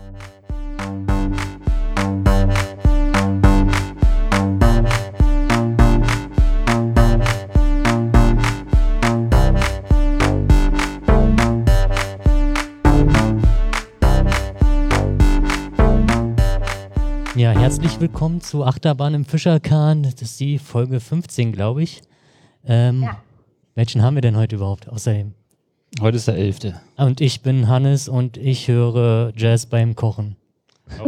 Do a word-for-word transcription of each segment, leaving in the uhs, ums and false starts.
Ja, herzlich willkommen zu Achterbahn im Fischerkahn. Das ist die Folge fünfzehn, glaube ich. Ähm, Ja. Welchen haben wir denn heute überhaupt außerdem? Heute ist der elfte. Und ich bin Hannes und ich höre Jazz beim Kochen. Oh.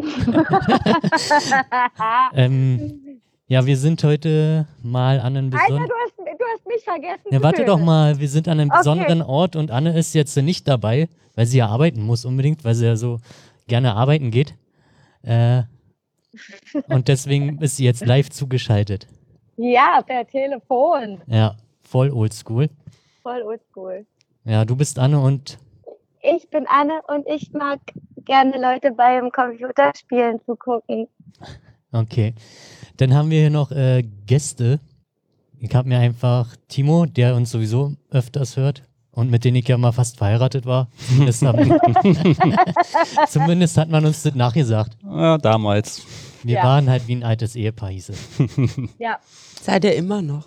ähm, ja, wir sind heute mal an einem Alter, besonderen... du hast, du hast mich vergessen. Ja, zu warte doch töten. mal, wir sind an einem Okay. besonderen Ort und Anne ist jetzt nicht dabei, weil sie ja arbeiten muss unbedingt, weil sie ja so gerne arbeiten geht. Äh, und deswegen ist sie jetzt live zugeschaltet. Ja, per Telefon. Ja, voll oldschool. Voll oldschool. Ja, du bist Anne und Ich bin Anne und ich mag gerne Leute beim Computerspielen zugucken. okay. Dann haben wir hier noch äh, Gäste. Ich habe mir einfach Timo, der uns sowieso öfters hört und mit dem ich ja mal fast verheiratet war. Zumindest, haben, zumindest hat man uns das nachgesagt. Ja, damals. Wir Ja. waren halt wie ein altes Ehepaar, hieß es. Ja. Seid ihr immer noch?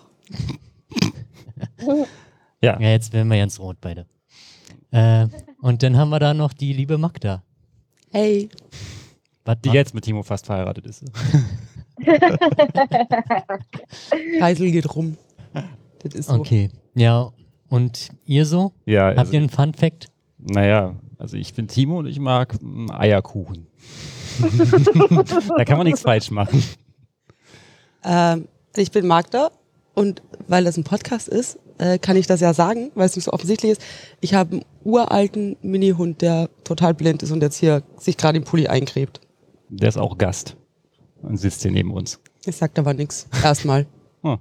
Ja. Ja, jetzt werden wir ganz rot beide. Äh, und dann haben wir da noch die liebe Magda. Hey. Was Die macht- jetzt mit Timo fast verheiratet ist. Kreisel geht rum. Das ist so. Okay, ja. Und ihr so? Ja, Habt also, ihr einen Fun-Fact? naja, also ich bin Timo und ich mag mm, Eierkuchen. Da kann man nichts falsch machen. Ähm, ich bin Magda und weil das ein Podcast ist, äh, kann ich das ja sagen, weil es nicht so offensichtlich ist. Ich habe einen uralten Mini-Hund, der total blind ist und jetzt hier sich gerade im Pulli eingräbt. Der ist auch Gast und sitzt hier neben uns. Ich sagt aber nichts. Erstmal. Oh.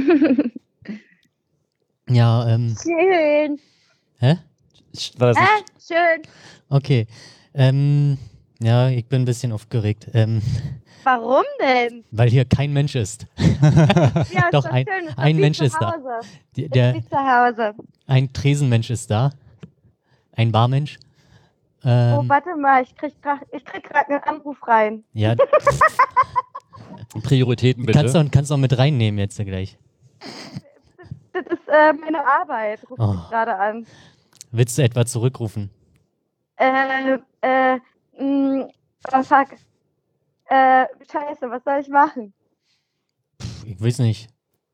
Ja, ähm, Schön. hä? War das Ah, nicht, schön. Okay. Ähm, ja, ich bin ein bisschen aufgeregt, ähm, Warum denn? weil hier kein Mensch ist. Ja, Doch, ist ein- schön. Ist ein wie Mensch zu ist da. Hause. Die- Ist Der, wie zu Hause. ein Tresenmensch ist da. Ein Barmensch. Oh, Ähm, warte mal, ich krieg grad, ich krieg gerade einen Anruf rein. ja, Prioritäten bitte? kannst du kannst auch mit reinnehmen jetzt gleich. Das ist äh, meine Arbeit, ruft Oh. mich gerade an. Willst du etwa zurückrufen? Äh, äh, mh, oh fuck. Äh, scheiße, was soll ich machen? Ich weiß nicht.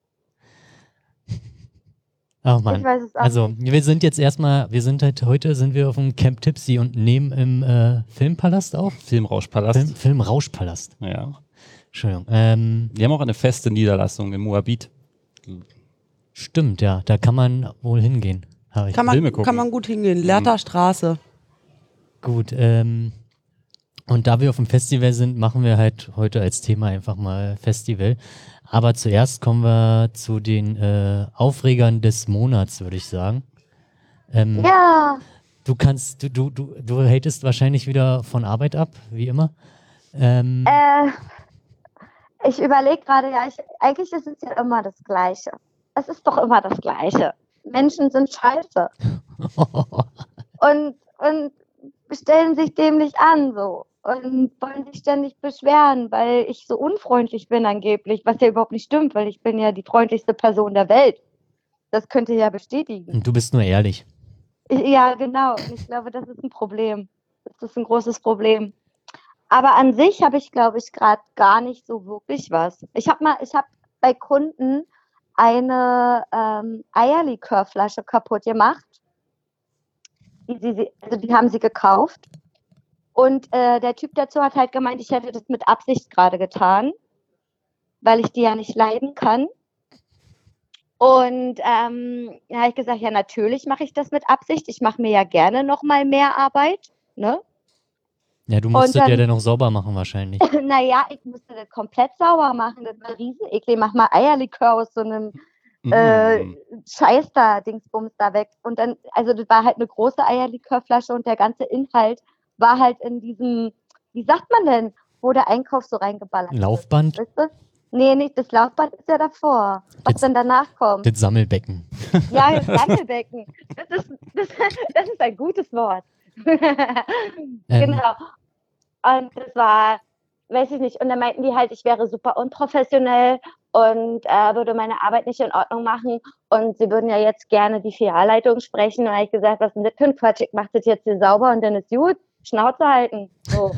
Oh Ich Mann. weiß es auch Also, nicht. wir sind jetzt erstmal, wir sind halt, heute sind wir auf dem Camp Tipsy und nehmen im äh, Filmpalast auf. Filmrauschpalast. Film, Filmrauschpalast. Ja. Entschuldigung. Ähm, Wir haben auch eine feste Niederlassung in Moabit. stimmt, ja. Da kann man wohl hingehen. Hab ich. Kann man, Filme gucken. kann man gut hingehen. Lehrter Straße. Gut. Ähm, und da wir auf dem Festival sind, machen wir halt heute als Thema einfach mal Festival. Aber zuerst kommen wir zu den äh, Aufregern des Monats, würde ich sagen. Ähm, Ja, Du kannst, du, du, du, du hatest wahrscheinlich wieder von Arbeit ab, wie immer. Ähm, äh, ich überlege gerade, ja, ich, eigentlich ist es ja immer das Gleiche. Es ist doch immer das Gleiche. Menschen sind scheiße und, und stellen sich dämlich an so und wollen sich ständig beschweren, weil ich so unfreundlich bin angeblich, was ja überhaupt nicht stimmt, weil ich bin ja die freundlichste Person der Welt. Das könnt ihr ja bestätigen. Und du bist nur ehrlich. Ja, genau. Und ich glaube, das ist ein Problem. Das ist ein großes Problem. Aber an sich habe ich, glaube ich, gerade gar nicht so wirklich was. Ich habe mal, ich habe bei Kunden eine ähm, Eierlikörflasche kaputt gemacht. Die, sie, sie- also die haben sie gekauft. Und äh, der Typ dazu hat halt gemeint, ich hätte das mit Absicht gerade getan, weil ich die ja nicht leiden kann. Und ähm, da habe ich gesagt, ja, natürlich mache ich das mit Absicht. Ich mache mir ja gerne noch mal mehr Arbeit. Ne? Ja, du musst es dann- ja dann noch sauber machen wahrscheinlich. Naja, ich musste das komplett sauber machen. Das war riesen eklig. Mach mal Eierlikör aus so einem äh, Mm. Scheiß da, Dingsbums da weg. Und dann, also das war halt eine große Eierlikörflasche und der ganze Inhalt war halt in diesem, wie sagt man denn, wo der Einkauf so reingeballert Ein wird. Laufband, Weißt du? Nee, nicht, das Laufband ist ja davor. Was Jetzt- dann danach kommt. das Sammelbecken. Ja, das Sammelbecken. Das ist, das, das ist ein gutes Wort. Ähm. Genau. Und das war, weiß ich nicht, und dann meinten die halt, ich wäre super unprofessionell und äh, würde meine Arbeit nicht in Ordnung machen und sie würden ja jetzt gerne die Filialleitung sprechen. Und dann habe ich gesagt, was ist denn das für ein Quatsch, ich mache das jetzt hier sauber und dann ist gut, Schnauze halten. So.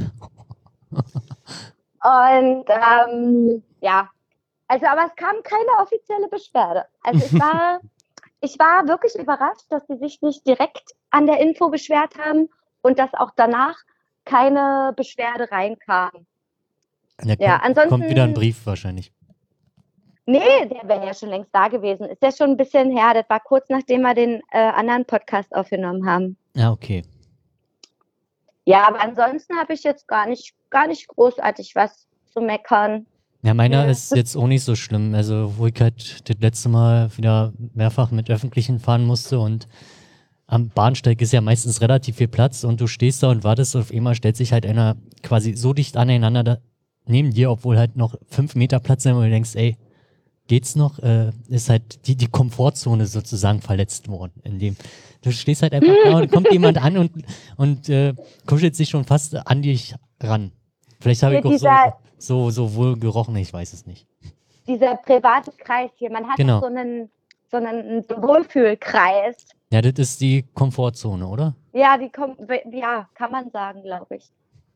Und ähm, ja, also aber es kam keine offizielle Beschwerde. Also ich war, ich war wirklich überrascht, dass sie sich nicht direkt an der Info beschwert haben und dass auch danach keine Beschwerde reinkam. Ja, Ja, kommt, ansonsten- kommt wieder ein Brief wahrscheinlich. Nee, der wäre ja schon längst da gewesen. Ist ja schon ein bisschen her. Das war kurz nachdem wir den äh, anderen Podcast aufgenommen haben. Ja, okay. Ja, aber ansonsten habe ich jetzt gar nicht, gar nicht großartig was zu meckern. Ja, meiner Ja. ist jetzt auch nicht so schlimm. Also, wo ich halt das letzte Mal wieder mehrfach mit Öffentlichen fahren musste und am Bahnsteig ist ja meistens relativ viel Platz und du stehst da und wartest und auf einmal stellt sich halt einer quasi so dicht aneinander da neben dir, obwohl halt noch fünf Meter Platz sind, wo du denkst, ey, geht's noch? Äh, ist halt die, die Komfortzone sozusagen verletzt worden. In dem du stehst halt einfach da und kommt jemand an und, und äh, kuschelt sich schon fast an dich ran. Vielleicht habe Ja, ich auch dieser- so, so, so wohl gerochen, ich weiß es nicht. Dieser private Kreis hier, man hat Genau. so einen, so einen Wohlfühlkreis. Ja, das ist die Komfortzone, oder? Ja, die kommt, ja, kann man sagen, glaube ich.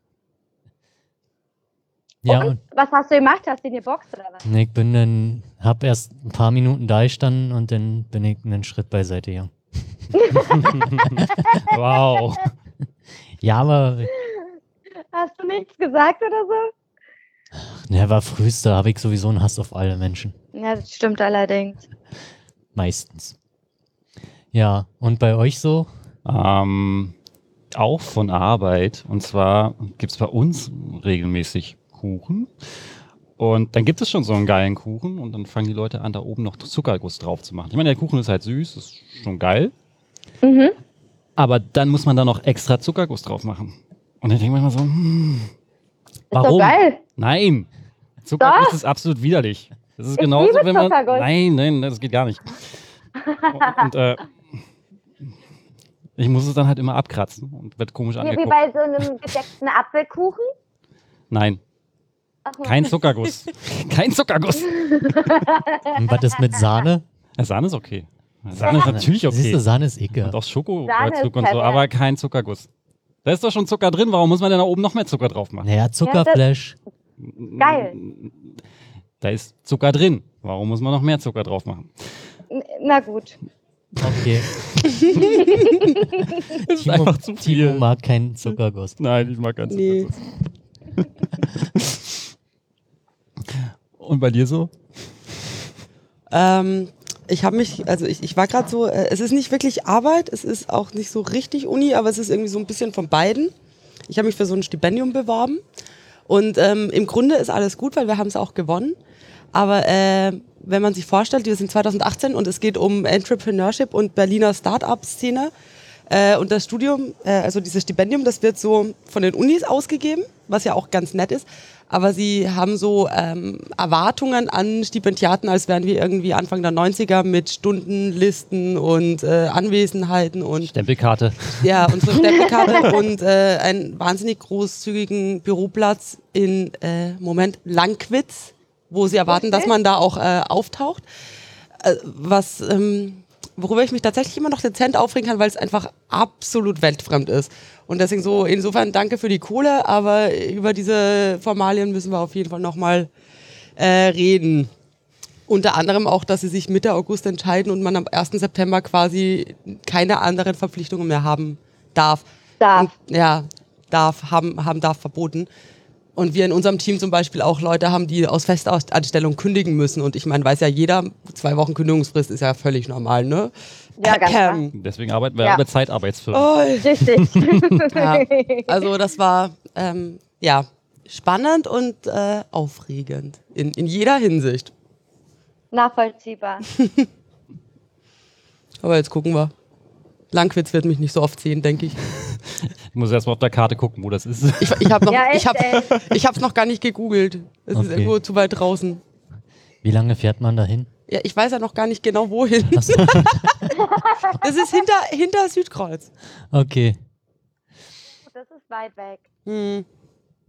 Ja, und und was hast du gemacht? Hast du in die Box oder was? nee, ich bin dann, hab erst ein paar Minuten da gestanden und dann bin ich einen Schritt beiseite gegangen. Wow. Ja, aber Hast du nichts gesagt oder so? ne, war frühester, habe ich sowieso einen Hass auf alle Menschen. Ja, das stimmt allerdings. Meistens. Ja, und bei euch so? Ähm, auch von Arbeit. Und zwar gibt es bei uns regelmäßig Kuchen. Und dann gibt es schon so einen geilen Kuchen und dann fangen die Leute an, da oben noch Zuckerguss drauf zu machen. Ich meine, der Kuchen ist halt süß, ist schon geil. Mhm. Aber dann muss man da noch extra Zuckerguss drauf machen. Und dann denkt man immer so, hm, Ist warum? doch geil. Nein, Zuckerguss Doch. ist absolut widerlich. Das ist Ich genauso, liebe wenn man. Zuckerguss. Nein, nein, das geht gar nicht. Und, und äh, ich muss es dann halt immer abkratzen und wird komisch Hier wie angeguckt. bei so einem gedeckten Apfelkuchen. Nein, Ach so. kein Zuckerguss. Kein Zuckerguss. Und was ist mit Sahne? Ja, Sahne ist okay. Sahne ist natürlich Siehst okay. du, Sahne ist ekelhaft. Und auch Schoko Sahne ist und so, pervers. aber kein Zuckerguss. Da ist doch schon Zucker drin, warum muss man denn da oben noch mehr Zucker drauf machen? Naja, Zuckerflash. Geil. Da ist Zucker drin. Warum muss man noch mehr Zucker drauf machen? N- Na gut. Okay. Das ist Timo, einfach zu viel. Timo mag keinen Zuckerguss. Nein, ich mag keinen Nee. Zuckerguss. Und bei dir so? Ähm, ich habe mich, also ich, ich war gerade so, äh, es ist nicht wirklich Arbeit, es ist auch nicht so richtig Uni, aber es ist irgendwie so ein bisschen von beiden. Ich habe mich für so ein Stipendium beworben und ähm, im Grunde ist alles gut, weil wir haben es auch gewonnen. Aber äh, wenn man sich vorstellt, wir sind zwanzig achtzehn und es geht um Entrepreneurship und Berliner Start-up-Szene. Äh, und das Studium, äh, also dieses Stipendium, das wird so von den Unis ausgegeben, was ja auch ganz nett ist. Aber sie haben so ähm, Erwartungen an Stipendiaten, als wären wir irgendwie Anfang der neunziger mit Stundenlisten und äh, Anwesenheiten und Stempelkarte. ja, unsere Stempelkarte und äh, einen wahnsinnig großzügigen Büroplatz in, äh, Moment, Langwitz, wo sie erwarten, Okay. dass man da auch äh, auftaucht. Äh, was, ähm, worüber ich mich tatsächlich immer noch dezent aufregen kann, weil es einfach absolut weltfremd ist. Und deswegen so, insofern danke für die Kohle, aber über diese Formalien müssen wir auf jeden Fall nochmal äh, reden. Unter anderem auch, dass sie sich Mitte August entscheiden und man am ersten September quasi keine anderen Verpflichtungen mehr haben darf. Darf. Und, ja, darf, haben, haben darf verboten. Und wir in unserem Team zum Beispiel auch Leute haben, die aus Festanstellung kündigen müssen. Und ich meine, weiß ja jeder, zwei Wochen Kündigungsfrist ist ja völlig normal, ne? Ja, ganz klar. Ähm, Deswegen arbeiten wir Ja. über Zeitarbeitsfirmen. oh, Richtig. ja. Also das war ähm, ja spannend und äh, aufregend in, in jeder Hinsicht. Nachvollziehbar. Aber jetzt gucken wir. Langwitz wird mich nicht so oft sehen, denke ich. Ich muss erst mal auf der Karte gucken, wo das ist. Ich, ich habe noch, Ja, echt, ich hab, ey. ich hab's noch gar nicht gegoogelt. Es ist Okay. irgendwo zu weit draußen. Wie lange fährt man dahin? Ja, ich weiß ja noch gar nicht genau wohin. Achso. Das ist hinter, hinter Südkreuz. Okay. Das ist weit weg. Hm.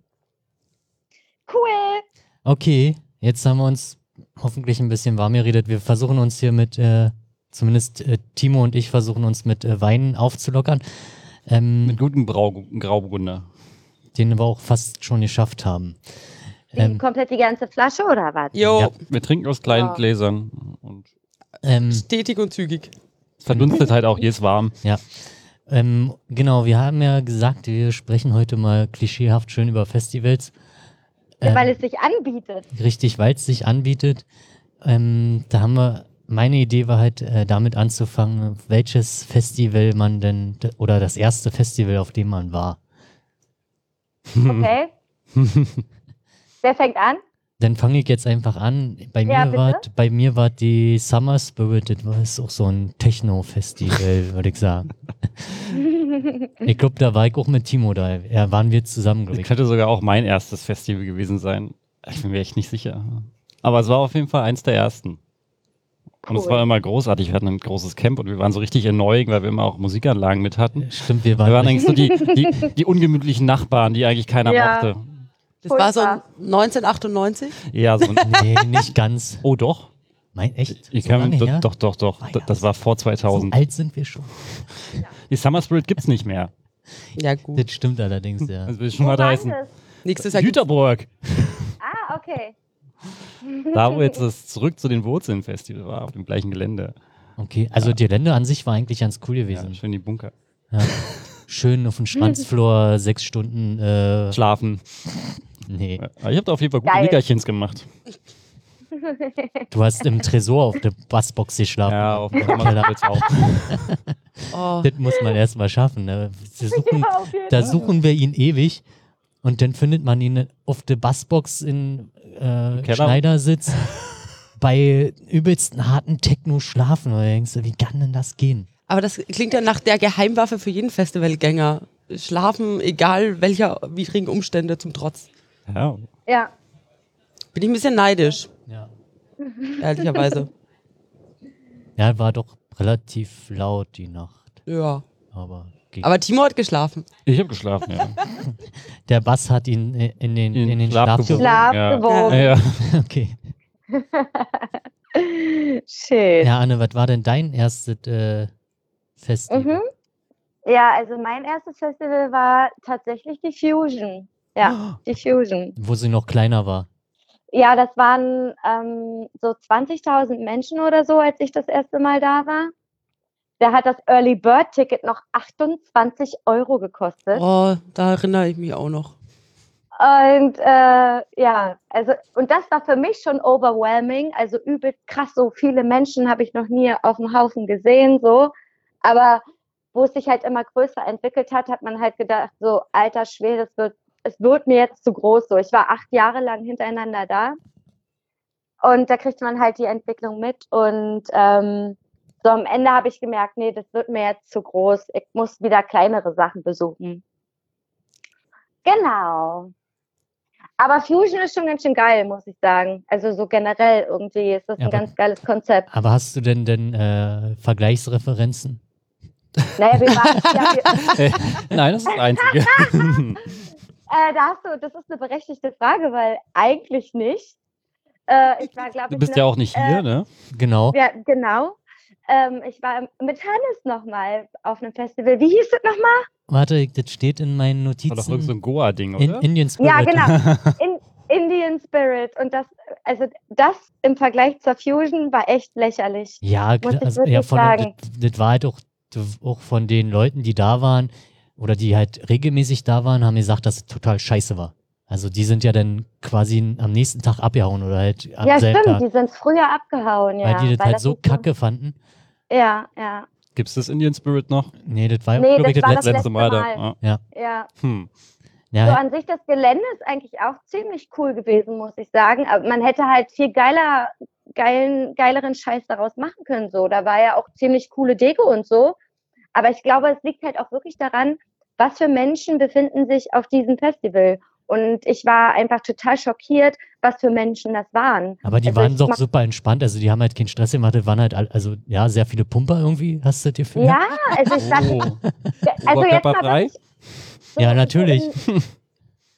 cool. Okay, jetzt haben wir uns hoffentlich ein bisschen warm geredet. Wir versuchen uns hier mit, äh, zumindest äh, Timo und ich versuchen uns mit äh, Wein aufzulockern. Ähm, Mit gutem Brau Grauburgunder. Den wir auch fast schon geschafft haben. Die, Ähm, komplett die ganze Flasche oder was? Jo, Ja. Wir trinken aus kleinen Ja. Gläsern und ähm, stetig und zügig. es verdunstet halt auch, hier ist warm. ähm, genau, wir haben ja gesagt, wir sprechen heute mal klischeehaft schön über Festivals. Ja, weil Ähm, es sich anbietet. Richtig, weil es sich anbietet. Ähm, da haben wir, meine Idee war halt, äh, damit anzufangen, welches Festival man denn, d- oder das erste Festival, auf dem man war. Okay. Wer fängt an? Dann fange ich jetzt einfach an. Bei Ja, mir bitte. war bei mir war die Summer Spirit, das war ist auch so ein Techno-Festival, würde ich sagen. Ich glaube, da war ich auch mit Timo da. Ja, waren wir zusammen, glaube Das ich. könnte sogar auch mein erstes Festival gewesen sein. Ich bin mir echt nicht sicher. Aber es war auf jeden Fall eins der ersten. Und es Cool. war immer großartig. Wir hatten ein großes Camp und wir waren so richtig erneuig, weil wir immer auch Musikanlagen mit hatten. Stimmt, wir Wir waren waren. eigentlich so die, die, die ungemütlichen Nachbarn, die eigentlich keiner Ja. mochte. Das war so Furchtbar. neunzehnhundertachtundneunzig. Ja, so ein, Nee, nicht ganz. oh doch. Mein, echt? Ich So kann, lange doch, her? doch, doch, doch. Meine D- Das war vor So zweitausend. alt sind wir schon. Die Summer Spirit gibt's nicht mehr. Ja, gut. Das stimmt allerdings, ja. Das will schon Wo mal war heißen. das? Nächstes Jahr gibt's- Jüterburg. Ah, okay. Da, wo jetzt das Zurück zu den Wurzeln Festival war, auf dem gleichen Gelände. Okay, also die Gelände an sich war eigentlich ganz cool Ja, gewesen. schön die Bunker. Ja. Schön auf dem Schwanzflor, sechs Stunden. Äh, Schlafen. nee, Ja, ich habe da auf jeden Fall gute Geil. Nickerchens gemacht. du hast im Tresor auf der Bassbox geschlafen. Ja, auf der Summer Spirit auch. Oh, Das muss man erst mal schaffen. Ne? Wir suchen, Ja, auf jeden da Fall. suchen wir ihn ewig und dann findet man ihn auf der Bassbox in äh, Keller. Schneidersitz bei übelsten harten Techno schlafen. Und da denkst du, wie kann denn das gehen? aber das klingt ja nach der Geheimwaffe für jeden Festivalgänger. Schlafen, egal welcher widrigen Umstände zum Trotz. Ja. Ja. Bin ich ein bisschen neidisch, Ja. ehrlicherweise. Ja, war doch relativ laut die Nacht. Ja. Aber, ging. Aber Timo hat geschlafen. Ich habe geschlafen, ja. Der Bass hat ihn äh, in den, in, In den Schlaf Schlaf gewogen. gewogen. Schlaf Ja. gewogen. ja. Okay. Schön. Ja, Anne, was war denn dein erstes äh, Festival? Mhm. Ja, also mein erstes Festival war tatsächlich die Fusion. Ja, die Fusion. Wo sie noch kleiner war. Ja, das waren ähm, so zwanzigtausend Menschen oder so, als ich das erste Mal da war. Da hat das Early Bird Ticket noch achtundzwanzig Euro gekostet. Oh, da erinnere ich mich auch noch. Und äh, ja, also, und das war für mich schon overwhelming, also übelst krass, so viele Menschen habe ich noch nie auf dem Haufen gesehen, so. Aber wo es sich halt immer größer entwickelt hat, hat man halt gedacht, so, alter Schwede, das wird, es wird mir jetzt zu groß, so. Ich war acht Jahre lang hintereinander da. Und da kriegt man halt die Entwicklung mit. Und ähm, so am Ende habe ich gemerkt, nee, das wird mir jetzt zu groß. Ich muss wieder kleinere Sachen besuchen. Genau. Aber Fusion ist schon ganz schön geil, muss ich sagen. Also so generell irgendwie ist das Ja, ein aber- ganz geiles Konzept. Aber hast du denn denn äh, Vergleichsreferenzen? Naja, wir waren, ja, wir, Äh, Nein, das ist das Einzige. äh, da hast du, das ist eine berechtigte Frage, weil eigentlich nicht. Äh, ich war, glaube Du ich, bist noch- ja auch nicht hier, äh, ne? Genau. Ja, genau. Ähm, ich war mit Hannes nochmal auf einem Festival. Wie hieß das nochmal? Warte, das steht in meinen War doch irgend so Notizen. ein Goa-Ding, In, oder? Indian Spirit. Ja, genau. In, Indian Spirit. Und das, also das im Vergleich zur Fusion war echt lächerlich. Ja, Muss klar, ich also, wirklich ja von, das, sagen. das war halt auch, auch von den Leuten, die da waren oder die halt regelmäßig da waren, haben gesagt, dass es total scheiße war. Also die sind ja dann quasi am nächsten Tag abgehauen oder halt am Ja, selben stimmt, Tag, die sind früher abgehauen, ja. weil die das halt so nicht so- kacke fanden. Ja, ja. Gibt's das Indian Spirit noch? Nee, das war, Nee, glaube ich, das das war letzte. das Letzte Mal da. Mal. Ah. Ja. Hm. So Ja, an sich, das Gelände ist eigentlich auch ziemlich cool gewesen, muss ich sagen. Aber man hätte halt viel geiler, geilen, geileren Scheiß daraus machen können. So. Da war ja auch ziemlich coole Deko und so. Aber ich glaube, es liegt halt auch wirklich daran, was für Menschen befinden sich auf diesem Festival. Und ich war einfach total schockiert, was für Menschen das waren. aber die Also waren ich doch mach- super entspannt. Also die haben halt keinen Stress gemacht. Das waren halt, all- also ja, sehr viele Pumper irgendwie, hast du das Gefühl? Ja, also ich sag, Oh. also jetzt mal Oberkörperfrei? wirklich so- Ja, natürlich. So in,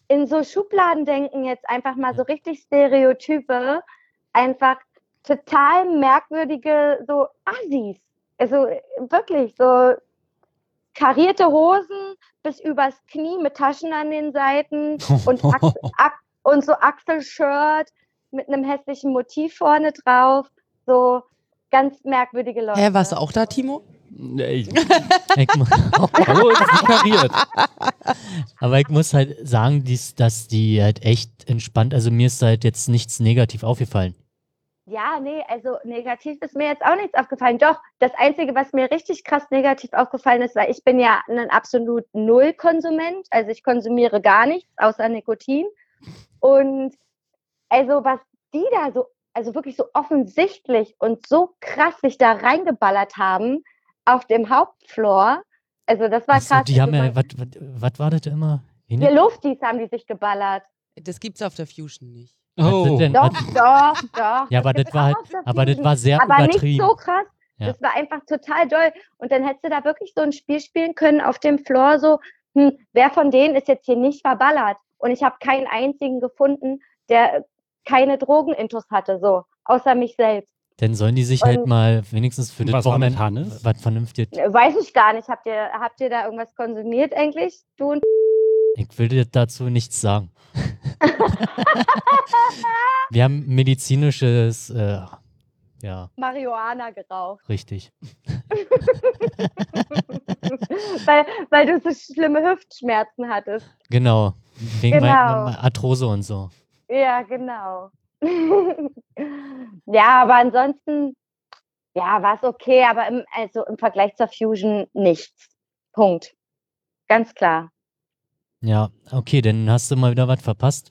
in so Schubladen denken jetzt einfach mal so richtig Stereotype, einfach total merkwürdige so Assis. Also wirklich so karierte Hosen bis übers Knie mit Taschen an den Seiten und, Ach- Ach- und so Achselshirt mit einem hässlichen Motiv vorne drauf. So ganz merkwürdige Leute. Hä, warst du auch da, Timo? Nee, ich- Ich, mu- Hallo, ist nicht kariert. aber ich muss halt sagen, dies, dass die halt echt entspannt, also mir ist halt jetzt nichts negativ aufgefallen. Ja, nee, also negativ ist mir jetzt auch nichts aufgefallen. Doch, das Einzige, was mir richtig krass negativ aufgefallen ist, weil ich bin ja ein absolut Null-Konsument, also ich konsumiere gar nichts außer Nikotin. Und also was die da so, also wirklich so offensichtlich und so krass sich da reingeballert haben auf dem Hauptfloor, also das war Achso, krass. die haben Also ja, was, was, was war das immer? die Luftis haben die sich geballert. Das gibt's auf der Fusion nicht. Was sind Oh, denn- Doch, was- doch, doch. Ja, aber das war halt, Auch auf der aber das Fusion. war sehr aber übertrieben. nicht so krass. Ja. Das war einfach total doll. Und dann hättest du da wirklich so ein Spiel spielen können auf dem Floor, so, hm, wer von denen ist jetzt hier nicht verballert? Und ich habe keinen einzigen gefunden, der keine Drogenintus hatte, so, außer mich selbst. Dann sollen die sich halt Und- mal wenigstens für Und das was war mit Wochenende Hannes? was vernünftig. Weiß ich gar nicht. Habt ihr, habt ihr da irgendwas konsumiert eigentlich? Du und Ich will dir dazu nichts sagen. Wir haben medizinisches, äh, ja, Marihuana geraucht. richtig. weil, weil du so schlimme Hüftschmerzen hattest. Genau. Wegen Genau. mein- Arthrose und so. Ja, genau. Ja, aber ansonsten, ja, war es okay, aber im, also im Vergleich zur Fusion nichts. Punkt. Ganz klar. Ja, okay, dann hast du mal wieder was verpasst.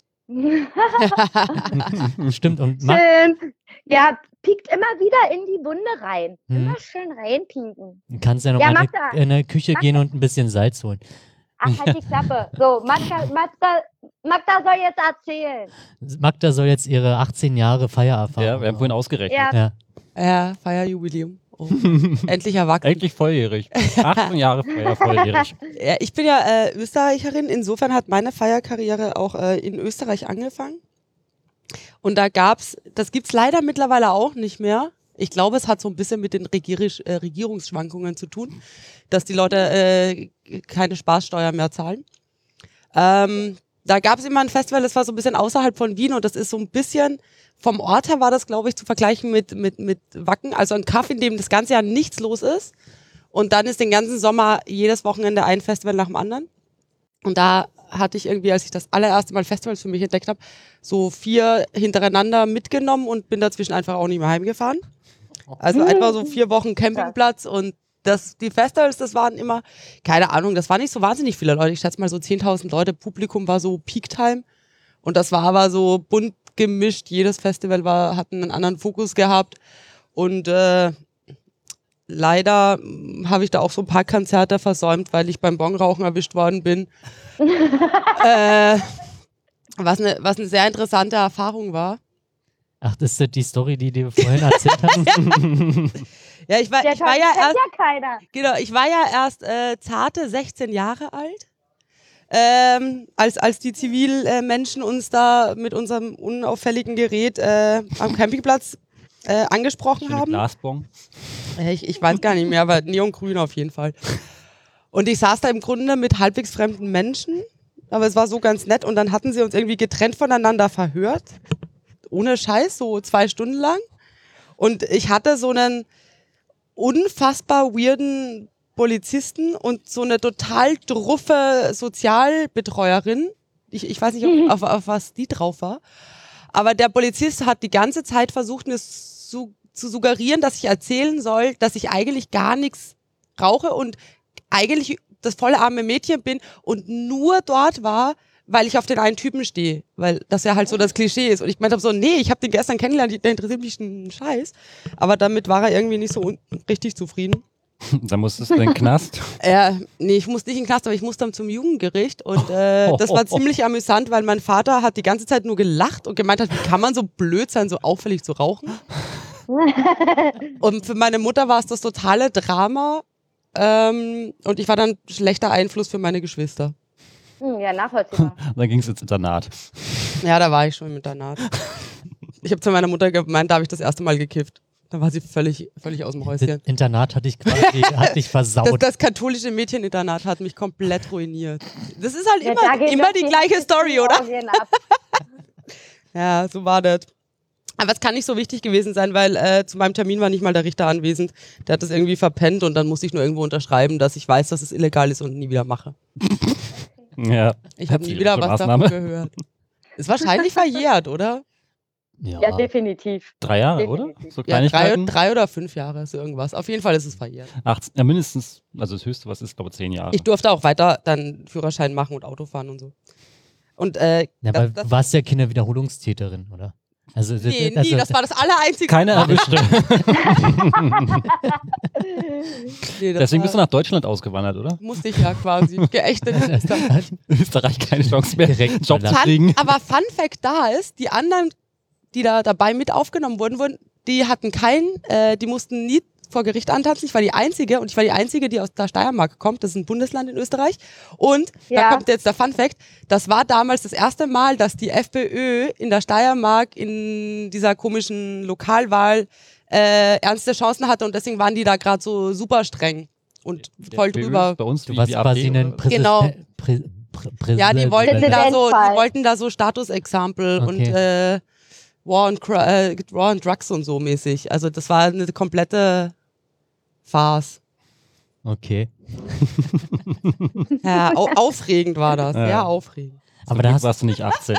Stimmt. Und ma Schön. Ja, piekt immer wieder in die Wunde rein. Hm. Immer schön reinpieken. du kannst ja noch Ja, mal in, Magda. die- in die Küche Magda. gehen und ein bisschen Salz holen. Ach, halt die Klappe. So, Magda, Magda, Magda soll jetzt erzählen. Magda soll jetzt ihre achtzehn Jahre Feiererfahrung Ja, wir haben vorhin ausgerechnet. Ja. Ja. Ja, Feierjubiläum. Oh. Endlich erwachsen. Eigentlich volljährig. achtzehn Jahre vorher volljährig. Ja, ich bin ja äh, Österreicherin, insofern hat meine Feierkarriere auch äh, in Österreich angefangen. Und da gab's, das gibt's leider mittlerweile auch nicht mehr. Ich glaube, es hat so ein bisschen mit den Regierisch, äh, Regierungsschwankungen zu tun, dass die Leute äh, keine Spaßsteuer mehr zahlen. Ähm, da gab's immer ein Festival, das war so ein bisschen außerhalb von Wien und das ist so ein bisschen, vom Ort her war das, glaube ich, zu vergleichen mit, mit, mit Wacken. Also ein Kaff, in dem das ganze Jahr nichts los ist. Und dann ist den ganzen Sommer jedes Wochenende ein Festival nach dem anderen. Und da hatte ich irgendwie, als ich das allererste Mal Festivals für mich entdeckt habe, so vier hintereinander mitgenommen und bin dazwischen einfach auch nicht mehr heimgefahren. Also einfach so vier Wochen Campingplatz und das, die Festivals, das waren immer, keine Ahnung, das waren nicht so wahnsinnig viele Leute. Ich schätze mal so zehntausend Leute. Publikum war so Peak-Time. Und das war aber so bunt gemischt. Jedes Festival war, hat einen anderen Fokus gehabt. Und äh, leider mh, habe ich da auch so ein paar Konzerte versäumt, weil ich beim Bongrauchen erwischt worden bin. äh, was eine was eine sehr interessante Erfahrung war. Ach, das ist die Story, die du vorhin erzählt hast? Ja, ich war, Der ich war ja kennt erst, ja keiner. genau, ich war ja erst äh, zarte sechzehn Jahre alt, ähm, als als die Zivilmenschen uns da mit unserem unauffälligen Gerät äh, am Campingplatz äh, angesprochen Schöne haben. Glasbon. Äh, Ich, ich weiß gar nicht mehr, aber neongrün auf jeden Fall. Und ich saß da im Grunde mit halbwegs fremden Menschen, aber es war so ganz nett und dann hatten sie uns irgendwie getrennt voneinander verhört. Ohne Scheiß, so zwei Stunden lang. Und ich hatte so einen unfassbar weirden Polizisten und so eine total druffe Sozialbetreuerin. Ich, ich weiß nicht, auf, auf, auf was die drauf war. Aber der Polizist hat die ganze Zeit versucht, mir zu, zu suggerieren, dass ich erzählen soll, dass ich eigentlich gar nichts rauche und eigentlich das volle arme Mädchen bin und nur dort war, weil ich auf den einen Typen stehe, weil das ja halt so das Klischee ist. Und ich meinte so, nee, ich habe den gestern kennengelernt, der interessiert mich einen Scheiß. Aber damit war er irgendwie nicht so un- richtig zufrieden. Da musstest du in den Knast. Äh, nee, ich musste nicht in den Knast, aber ich musste dann zum Jugendgericht. Und äh, das war ziemlich amüsant, weil mein Vater hat die ganze Zeit nur gelacht und gemeint hat, wie kann man so blöd sein, so auffällig zu rauchen. Und für meine Mutter war es das totale Drama. Ähm, und ich war dann schlechter Einfluss für meine Geschwister. Hm, ja, nachvollziehbar. Dann ging es ins Internat. Ja, da war ich schon im Internat. Ich habe zu meiner Mutter gemeint, da habe ich das erste Mal gekifft. Da war sie völlig, völlig aus dem Das Häuschen. Internat hatte ich quasi, hat dich Das, versaut. das katholische Mädcheninternat hat mich komplett ruiniert. Das ist halt Ja, da immer, gehen immer doch die gleiche Story, oder? Orgien ab. Ja, so war das. Aber es kann nicht so wichtig gewesen sein, weil äh, zu meinem Termin war nicht mal der Richter anwesend. Der hat das irgendwie verpennt und dann musste ich nur irgendwo unterschreiben, dass ich weiß, dass es illegal ist und nie wieder mache. Ja. Ich habe nie wieder was davon gehört. Ist wahrscheinlich verjährt, oder? Ja, definitiv. Drei Jahre, oder? Definitiv. So Ja, drei, Kleinigkeiten? drei oder fünf Jahre ist irgendwas. Auf jeden Fall ist es verjährt. achtzehn, ja, mindestens, also das höchste, was ist, glaube ich, zehn Jahre. Ich durfte auch weiter dann Führerschein machen und Auto fahren und so. Und äh, Ja, das, aber das, du warst ja keine Wiederholungstäterin, oder? Also, das- nee, also, nie, das war das allereinzige. Keine erwischte. Nee, das Deswegen bist du war, nach Deutschland ausgewandert, oder? musste ich ja quasi. Geächtet. Österreich keine Chance mehr, Direkt einen Job zu verlassen. kriegen. Aber Fun Fact da ist, die anderen, die da dabei mit aufgenommen wurden, wurden die hatten keinen, äh, die mussten nie vor Gericht antanzen. Ich war die Einzige und ich war die Einzige, die aus der Steiermark kommt. Das ist ein Bundesland in Österreich. Und Ja. da kommt jetzt der Fun Fact, das war damals das erste Mal, dass die FPÖ in der Steiermark in dieser komischen Lokalwahl äh, ernste Chancen hatte und deswegen waren die da gerade so super streng und voll Der drüber. ist Bei uns du wie warst die quasi A P, ein oder? Präsident. Genau. Prä, Prä, Prä, Ja, die wollten Präsident. da so, die Präsidentwahl. wollten da so Statusexample Okay. und äh, War, on, Cr- äh, War on Drugs und so mäßig. Also das war eine komplette Farce. Okay. Ja, au aufregend war das, Ja. sehr aufregend. Aber Aber da da hast warst du nicht achtzehn.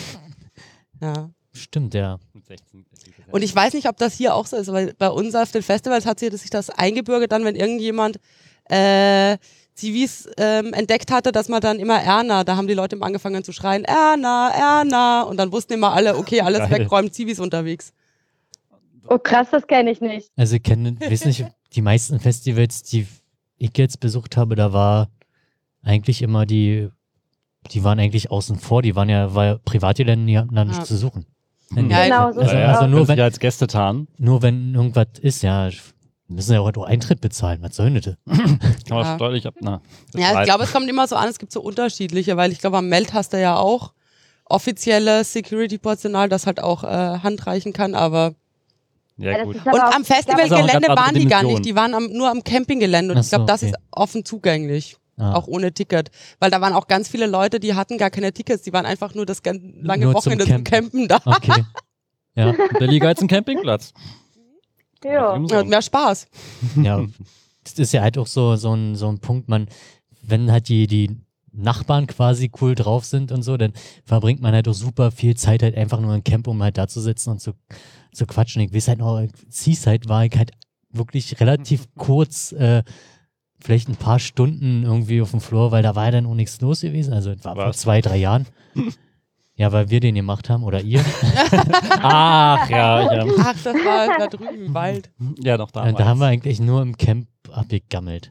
Ja. Stimmt, ja. Mit sechzehn. Und ich weiß nicht, ob das hier auch so ist, weil bei uns auf den Festivals hat sich sich das eingebürgert, dann wenn irgendjemand äh, Zivis ähm, entdeckt hatte, dass man dann immer Erna, da haben die Leute immer angefangen zu schreien, Erna, Erna, und dann wussten immer alle, okay, alles Geil. wegräumen, Zivis unterwegs. Oh krass, das kenne ich nicht. Also ich kenne, weiß nicht, die meisten Festivals, die ich jetzt besucht habe, da war eigentlich immer die, die waren eigentlich außen vor, die waren ja, weil Privatgelände, die hatten da nichts Ja. zu suchen. Hm. Ja, Genau, so Also- sieht's also aus. nur nur wenn- wenn als Gäste tarnen, Nur wenn irgendwas ist, ja, müssen ja auch doch Eintritt bezahlen, was soll denn das? kann man Ja. steuerlich ab. Na, das Ja, war- ich glaube, es kommt immer so an, es gibt so unterschiedliche, weil ich glaube, am Meld hast du ja auch offizielle Security-Personal, das halt auch äh, handreichen kann, aber ja, Ja, das gut. ist aber und auch- am Das ist auch Festivalgelände eine andere waren die gar Dimension. nicht, die waren am, nur am Campinggelände und Ach ich glaube, so, das okay. ist offen zugänglich, Ah. auch ohne Ticket, weil da waren auch ganz viele Leute, die hatten gar keine Tickets, die waren einfach nur das gan- lange Nur zum Wochenende zum Campen. Campen da. Okay. Ja, Billiger als ein Campingplatz. Ja. Und mehr Spaß. ja. Das ist ja halt auch so, so, ein, so ein Punkt, man, wenn halt die, die Nachbarn quasi cool drauf sind und so, dann verbringt man halt auch super viel Zeit halt einfach nur im Camp, um halt da zu sitzen und zu, zu quatschen. Ich weiß halt noch, Seaside war ich halt wirklich relativ kurz, äh, vielleicht ein paar Stunden irgendwie auf dem Floor, weil da war ja dann auch nichts los gewesen. Also das war vor Was? zwei, drei Jahren. Ja, weil wir den gemacht haben oder ihr. Ach, ja, ja. Ach, das war da drüben im Wald. Ja, doch, Da, damals. da haben wir eigentlich nur im Camp abgegammelt.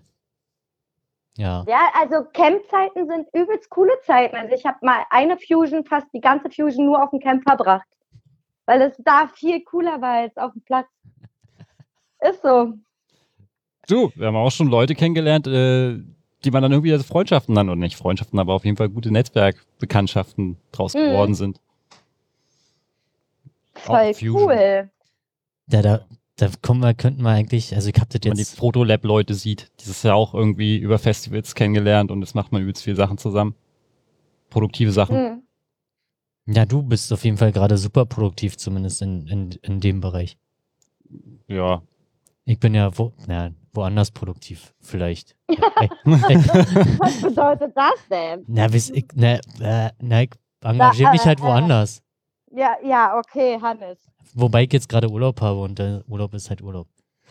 Ja. Ja, also Campzeiten sind übelst coole Zeiten. Also ich habe mal eine Fusion, fast die ganze Fusion nur auf dem Camp verbracht. Weil es da viel cooler war als auf dem Platz. Ist so. Du, wir haben auch schon Leute kennengelernt, äh, die man dann irgendwie als Freundschaften dann, oder nicht Freundschaften, aber auf jeden Fall gute Netzwerkbekanntschaften draus Mhm. geworden sind. Voll Fusion. cool. Da, da, da kommen wir, könnten wir eigentlich, also ich hab das Wenn man die jetzt, Proto-Lab-Leute sieht, dieses ja auch irgendwie über Festivals kennengelernt und jetzt macht man übelst viele Sachen zusammen. Produktive Sachen. Hm. ja, du bist auf jeden Fall gerade super produktiv, zumindest in, in, in dem Bereich. Ja. Ich bin ja wo, na, woanders produktiv, vielleicht. Was bedeutet das denn? na, bis ich, na, äh, na, ich engagiere mich äh, halt äh. woanders. Ja, ja, okay, Hannes. Wobei ich jetzt gerade Urlaub habe und der Urlaub ist halt Urlaub.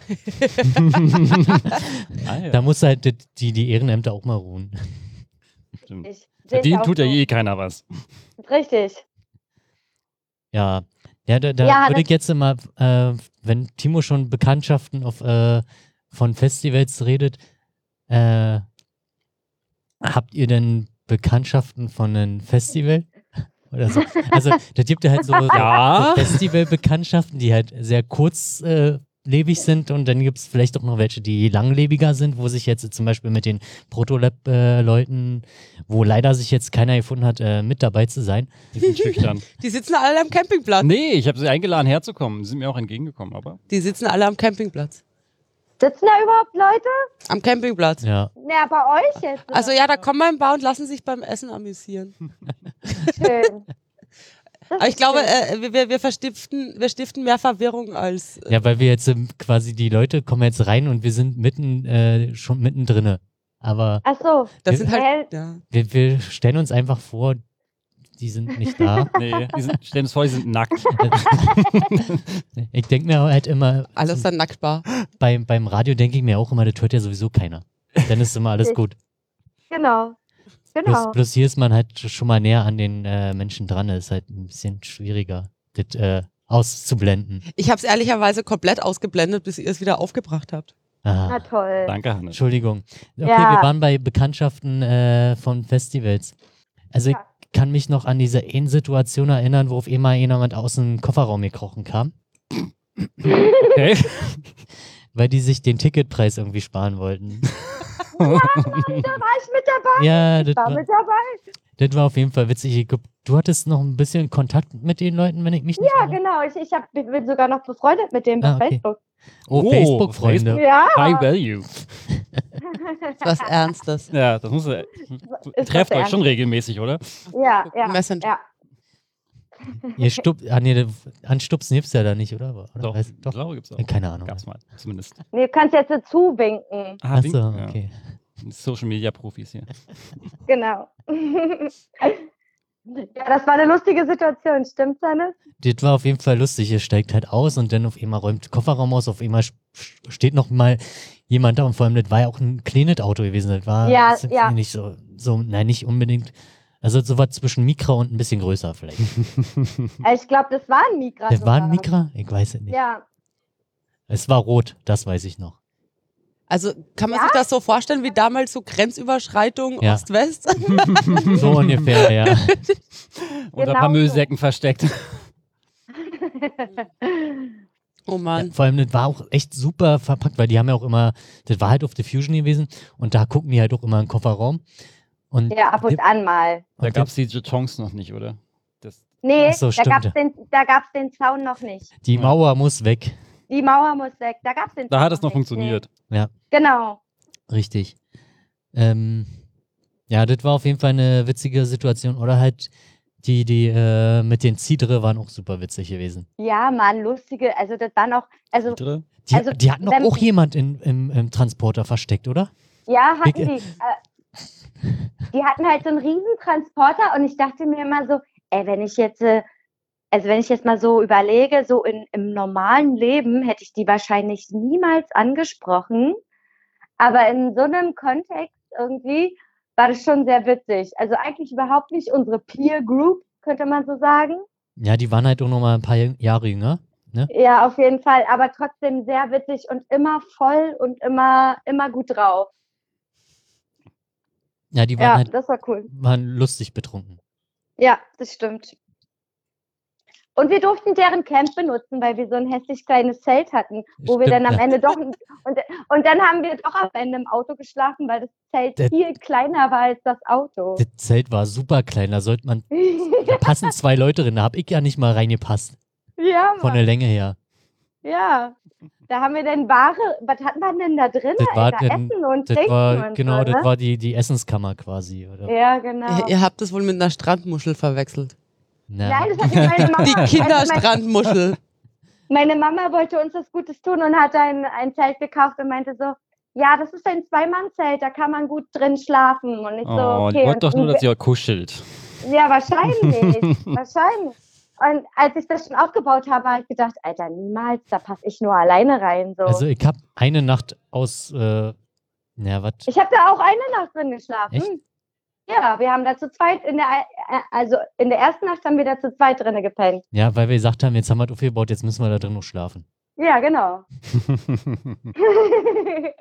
Ah, ja. Da muss halt die, die, die Ehrenämter auch mal ruhen. Stimmt. Ich, sehe ich Verdient auch tut ja so. eh keiner was. Richtig. Ja, ja, da, da Ja, würde das- ich jetzt immer, äh, wenn Timo schon Bekanntschaften auf, äh, von Festivals redet, äh, habt ihr denn Bekanntschaften von einem Festival? Oder so? Also, da gibt ja halt so, Ja. so Festivalbekanntschaften, die halt sehr kurz äh, kurzlebig sind und dann gibt es vielleicht auch noch welche, die langlebiger sind, wo sich jetzt zum Beispiel mit den Protolab-Leuten, wo leider sich jetzt keiner gefunden hat, äh, mit dabei zu sein. Die sind schüchtern. Die sitzen alle am Campingplatz. Nee, ich habe sie eingeladen herzukommen. Sie sind mir auch entgegengekommen, aber Die sitzen alle am Campingplatz. Sitzen da überhaupt Leute? Am Campingplatz. Ja. Ja, bei euch jetzt. Also ja, da kommen wir im Bar und lassen sich beim Essen amüsieren. Schön. Das Aber ich ist glaube, schön. äh, wir, wir, verstiften, wir stiften mehr Verwirrung als... Äh, Ja, weil wir jetzt ähm, quasi, die Leute kommen jetzt rein und wir sind mitten, äh, schon mittendrin. Aber Ach so. das sind Hä? halt... Ja. wir, wir stellen uns einfach vor, die sind nicht da. nee, die sind, stellen uns vor, die sind nackt. Ich denke mir halt immer, Alles dann nacktbar. beim, beim Radio denke ich mir auch immer, das hört ja sowieso keiner. Dann ist immer alles gut. Genau. Bloß, Genau. bloß hier ist man halt schon mal näher an den äh, Menschen dran. Das ist halt ein bisschen schwieriger, das äh, auszublenden. Ich habe es ehrlicherweise komplett ausgeblendet, bis ihr es wieder aufgebracht habt. Aha. Na toll. Danke, Hannes. Entschuldigung. Okay, Ja. wir waren bei Bekanntschaften äh, von Festivals. Also Ja. ich kann mich noch an diese eine Situation erinnern, wo auf einmal jemand aus dem Kofferraum gekrochen kam, Okay. weil die sich den Ticketpreis irgendwie sparen wollten. Da war ich mit dabei. Ja, das Ich war war, mit dabei. das war auf jeden Fall witzig. Ich glaub, du hattest noch ein bisschen Kontakt mit den Leuten, wenn ich mich nicht Ja, irre? genau. Ich, ich hab, bin sogar noch befreundet mit dem Ah, bei okay. Facebook. Oh, Oh, Facebook-Freunde. Ja. High Value. Was Ernstes. Ja, das muss Ist Trefft was euch schon Ernst. regelmäßig, oder? Ja, ja. Messenger. Ja. Ihr stup ah, nee, anstupsen gibt's ja da nicht, oder? oder? Doch, Weiß, doch? glaube gibt's auch. Äh, Keine Ahnung. Gab's mal, zumindest. Nee, du kannst jetzt so zuwinken. Ah, Achso, Wink- ja. okay. Social Media Profis hier. Genau. Ja, das war eine lustige Situation, stimmt's, Hannes? Das war auf jeden Fall lustig. Ihr steigt halt aus und dann auf einmal räumt Kofferraum aus, auf einmal sch- steht noch mal jemand da und vor allem, das war ja auch ein kleines Auto gewesen. Das war Ja, das ist ja. nicht so, so, nein, nicht unbedingt. Also sowas zwischen Micra und ein bisschen größer vielleicht. Äh, Ich glaube, das war ein Migra. Das war ein sogar. Micra? Ich weiß es nicht. Ja. Es war rot, das weiß ich noch. Also kann man Ja? sich das so vorstellen wie damals so Grenzüberschreitung Ja. Ost-West? So ungefähr, ja. Unter ein Genau paar so. Müllsäcken versteckt. Oh Ja, Mann. vor allem, das war auch echt super verpackt, weil die haben ja auch immer, das war halt auf der Fusion gewesen und da gucken die halt auch immer in den Kofferraum. Und Ja, ab und an mal. Da und gab es die Jetons noch nicht, oder? Das, Nee, Ach so, da stimmt. gab's den, da gab's den Zaun noch nicht. die Mauer muss weg. Die Mauer muss weg. Da gab's den da Zaun hat es noch nicht. funktioniert. Nee. Genau. Richtig. Ähm, ja, das war auf jeden Fall eine witzige Situation. Oder halt die, die äh, mit den Zidre waren auch super witzig gewesen. Ja, Mann, lustige. Also das war noch, also Dre? Die, Also, die hatten doch wenn- auch jemand in, im, im Transporter versteckt, oder? ja, hatten Big- die. Äh, die hatten halt so einen riesen Transporter und ich dachte mir immer so, ey, wenn ich jetzt, äh, also wenn ich jetzt mal so überlege, so in, im normalen Leben hätte ich die wahrscheinlich niemals angesprochen. Aber in so einem Kontext irgendwie war das schon sehr witzig. Also eigentlich überhaupt nicht unsere Peer Group, könnte man so sagen. Ja, die waren halt auch noch mal ein paar Jahre jünger. Ja, auf jeden Fall, aber trotzdem sehr witzig und immer voll und immer, immer gut drauf. Ja, die waren Ja, halt das war cool. waren lustig betrunken. Ja, das stimmt. Und wir durften deren Camp benutzen, weil wir so ein hässlich kleines Zelt hatten, wo wir Stimmt, dann am ja. Ende doch und, und dann haben wir doch am Ende im Auto geschlafen, weil das Zelt Das- viel kleiner war als das Auto. Das Zelt war super klein, da sollte man, da passen zwei Leute drin, da hab ich ja nicht mal reingepasst, Ja, von der Mann. Länge her. Ja. Da haben wir dann Ware, was hatten wir denn da drin? Das war Alter? dann- Essen und Das Trinken war, und genau, so, das ne? war die, die Essenskammer quasi, oder? Ja, genau. Ihr, ihr habt das wohl mit einer Strandmuschel verwechselt. Na, Nein, das hat meine Mama. Die also mein- Kinderstrandmuschel. Meine Mama wollte uns das Gutes tun und hat ein, ein Zelt gekauft und meinte so, ja, das ist ein Zwei-Mann-Zelt, da kann man gut drin schlafen. Und ich so, Oh, okay. die wollt und- doch nur, dass ihr kuschelt. Ja, wahrscheinlich. wahrscheinlich. Und als ich das schon aufgebaut habe, habe ich gedacht, Alter, niemals, da passe ich nur alleine rein. So. Also ich habe eine Nacht aus, äh, na, was? ich habe da auch eine Nacht drin geschlafen. Echt? Ja, wir haben da zu zweit, in der, äh, also in der ersten Nacht haben wir da zu zweit drin gepennt. Ja, weil wir gesagt haben, jetzt haben wir das aufgebaut, jetzt müssen wir da drin noch schlafen. Ja, genau.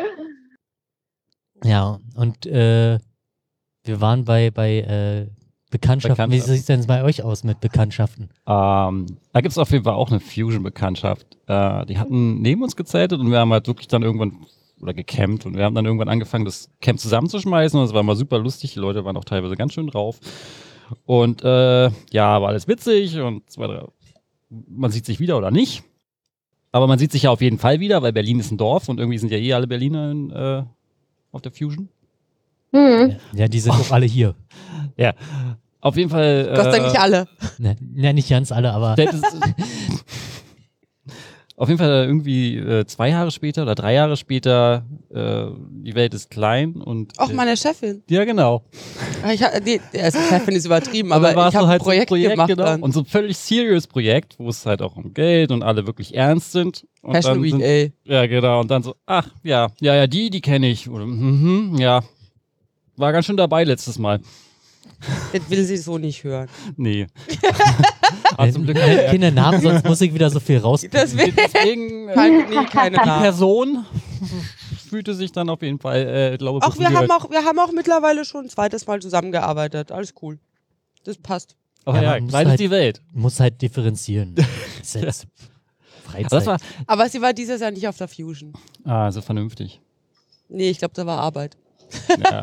Ja, und äh, wir waren bei, bei äh, Bekanntschaften. Wie Bekanntschaften. sieht es denn bei euch aus mit Bekanntschaften? Ähm, da gibt es auf jeden Fall auch eine Fusion-Bekanntschaft. Äh, die hatten neben uns gezeltet und wir haben halt wirklich dann irgendwann oder gecampt und wir haben dann irgendwann angefangen, das Camp zusammenzuschmeißen und es war mal super lustig. Die Leute waren auch teilweise ganz schön drauf. Und äh, ja, war alles witzig und zwei, drei, man sieht sich wieder oder nicht. Aber man sieht sich ja auf jeden Fall wieder, weil Berlin ist ein Dorf und irgendwie sind ja eh alle Berliner in, äh, auf der Fusion. Hm. Ja, die sind doch alle hier. Ja, auf jeden Fall. Gott sei Dank nicht alle. Ne, ne, nicht ganz alle, aber Das ist, auf jeden Fall irgendwie äh, zwei Jahre später oder drei Jahre später, äh, die Welt ist klein und. Auch äh, meine Chefin. Ja, genau. Ich hab, nee, also Chefin ist übertrieben, Und aber dann war ich es habe halt ein Projekt, so ein Projekt gemacht genau, dann. und so ein völlig serious Projekt, wo es halt auch um Geld und alle wirklich ernst sind. Und Fashion dann Week, sind, ey. Ja, genau. Und dann so, ach, ja, ja, ja, die, die kenne ich. Oder, mhm, ja, war ganz schön dabei letztes Mal. Das will sie so nicht hören. Nee. Aber zum Glück äh, keine Namen, sonst muss ich wieder so viel raus. Deswegen, Deswegen, äh, keine, nee, keine die Namen. Person fühlte sich dann auf jeden Fall, äh, glaube ich, Auch wir haben auch, wir haben auch mittlerweile schon ein zweites Mal zusammengearbeitet. Alles cool. Das passt. Aber Ja, ja, man muss klein halt- ist die Welt. Muss halt differenzieren. Das ist jetzt Freizeit. Das war, Aber sie war dieses Jahr nicht auf der Fusion. ah, so vernünftig. Nee, ich glaube, da war Arbeit. Ja.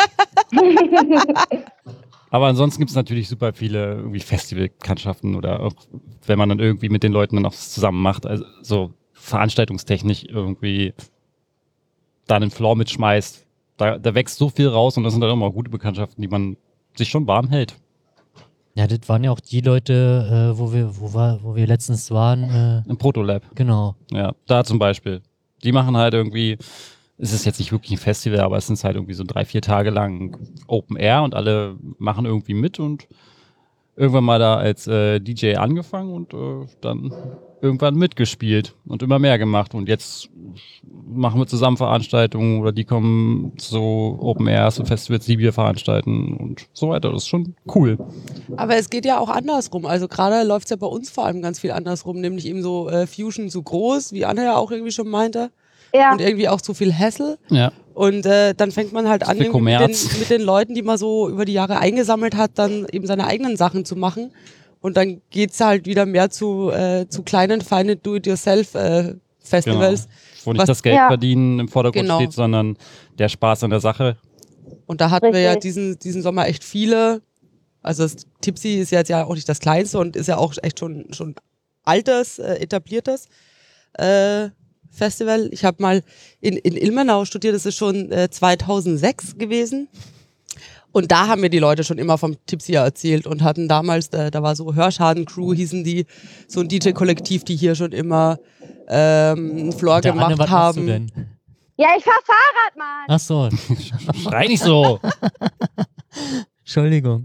Aber ansonsten gibt es natürlich super viele irgendwie Festivalbekanntschaften oder auch, wenn man dann irgendwie mit den Leuten dann auch was zusammen macht, also so veranstaltungstechnisch irgendwie da einen Floor mitschmeißt, da, da wächst so viel raus und das sind dann immer gute Bekanntschaften, die man sich schon warm hält. Ja, das waren ja auch die Leute, äh, wo wir, wo war, wo wir letztens waren. Äh, Im Protolab, genau. ja, da zum Beispiel. Die machen halt irgendwie, es ist jetzt nicht wirklich ein Festival, aber es sind halt irgendwie so drei, vier Tage lang Open Air und alle machen irgendwie mit und irgendwann mal da als äh, D J angefangen und äh, dann irgendwann mitgespielt und immer mehr gemacht und jetzt machen wir zusammen Veranstaltungen oder die kommen zu Open Airs und Festivals, die wir veranstalten und so weiter. Das ist schon cool. Aber es geht ja auch andersrum. Also gerade läuft es ja bei uns vor allem ganz viel andersrum, nämlich eben so äh, Fusion zu groß, wie Anna ja auch irgendwie schon meinte. Ja. Und irgendwie auch zu viel Hassel. Ja. Und äh, dann fängt man halt Zu an, viel irgendwie mit den, Kommerz. mit den Leuten, die man so über die Jahre eingesammelt hat, dann eben seine eigenen Sachen zu machen. Und dann geht's halt wieder mehr zu, äh, zu kleinen, feinen Do-it-yourself-Festivals. Genau. Wo nicht Was- das Geld Ja. verdienen im Vordergrund Genau. steht, sondern der Spaß an der Sache. Und da hatten wir ja Richtig. diesen, diesen Sommer echt viele. Also das Tipsy ist jetzt ja auch nicht das kleinste und ist ja auch echt schon, schon altes, äh, etabliertes äh, Festival. Ich habe mal in, in Ilmenau studiert, das ist schon äh, zweitausendsechs gewesen. Und da haben mir die Leute schon immer vom Tipsy erzählt und hatten damals, äh, da war so Hörschaden-Crew, hießen die, so ein D J-Kollektiv, die hier schon immer ähm, einen Floor Der Anne, gemacht was machst du haben. denn? Ja, ich fahr Fahrrad, Mann. Ach so, Schrei nicht so! Entschuldigung.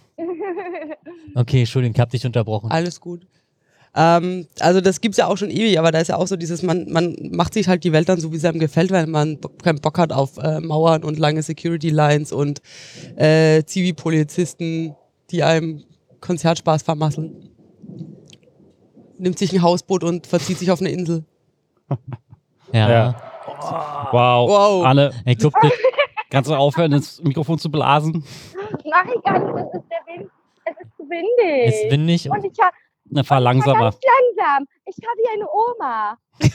Okay, Entschuldigung, ich hab dich unterbrochen. Alles gut. Ähm, also das gibt's ja auch schon ewig, aber da ist ja auch so dieses, man, man macht sich halt die Welt dann so, wie es einem gefällt, weil man bo- keinen Bock hat auf äh, Mauern und lange Security-Lines und äh, Zivi-Polizisten, die einem Konzertspaß vermasseln. Nimmt sich ein Hausboot und verzieht sich auf eine Insel. Ja. Ja. Wow. Wow. Anne, Ich glaub, das, kannst du aufhören, ins Mikrofon zu blasen? Mach ich gar nicht, das ist der Wind. Es ist zu windig. ist windig. Und ich fahr, Na, fahr fahr langsamer. ganz langsam. Ich fahr wie eine Oma.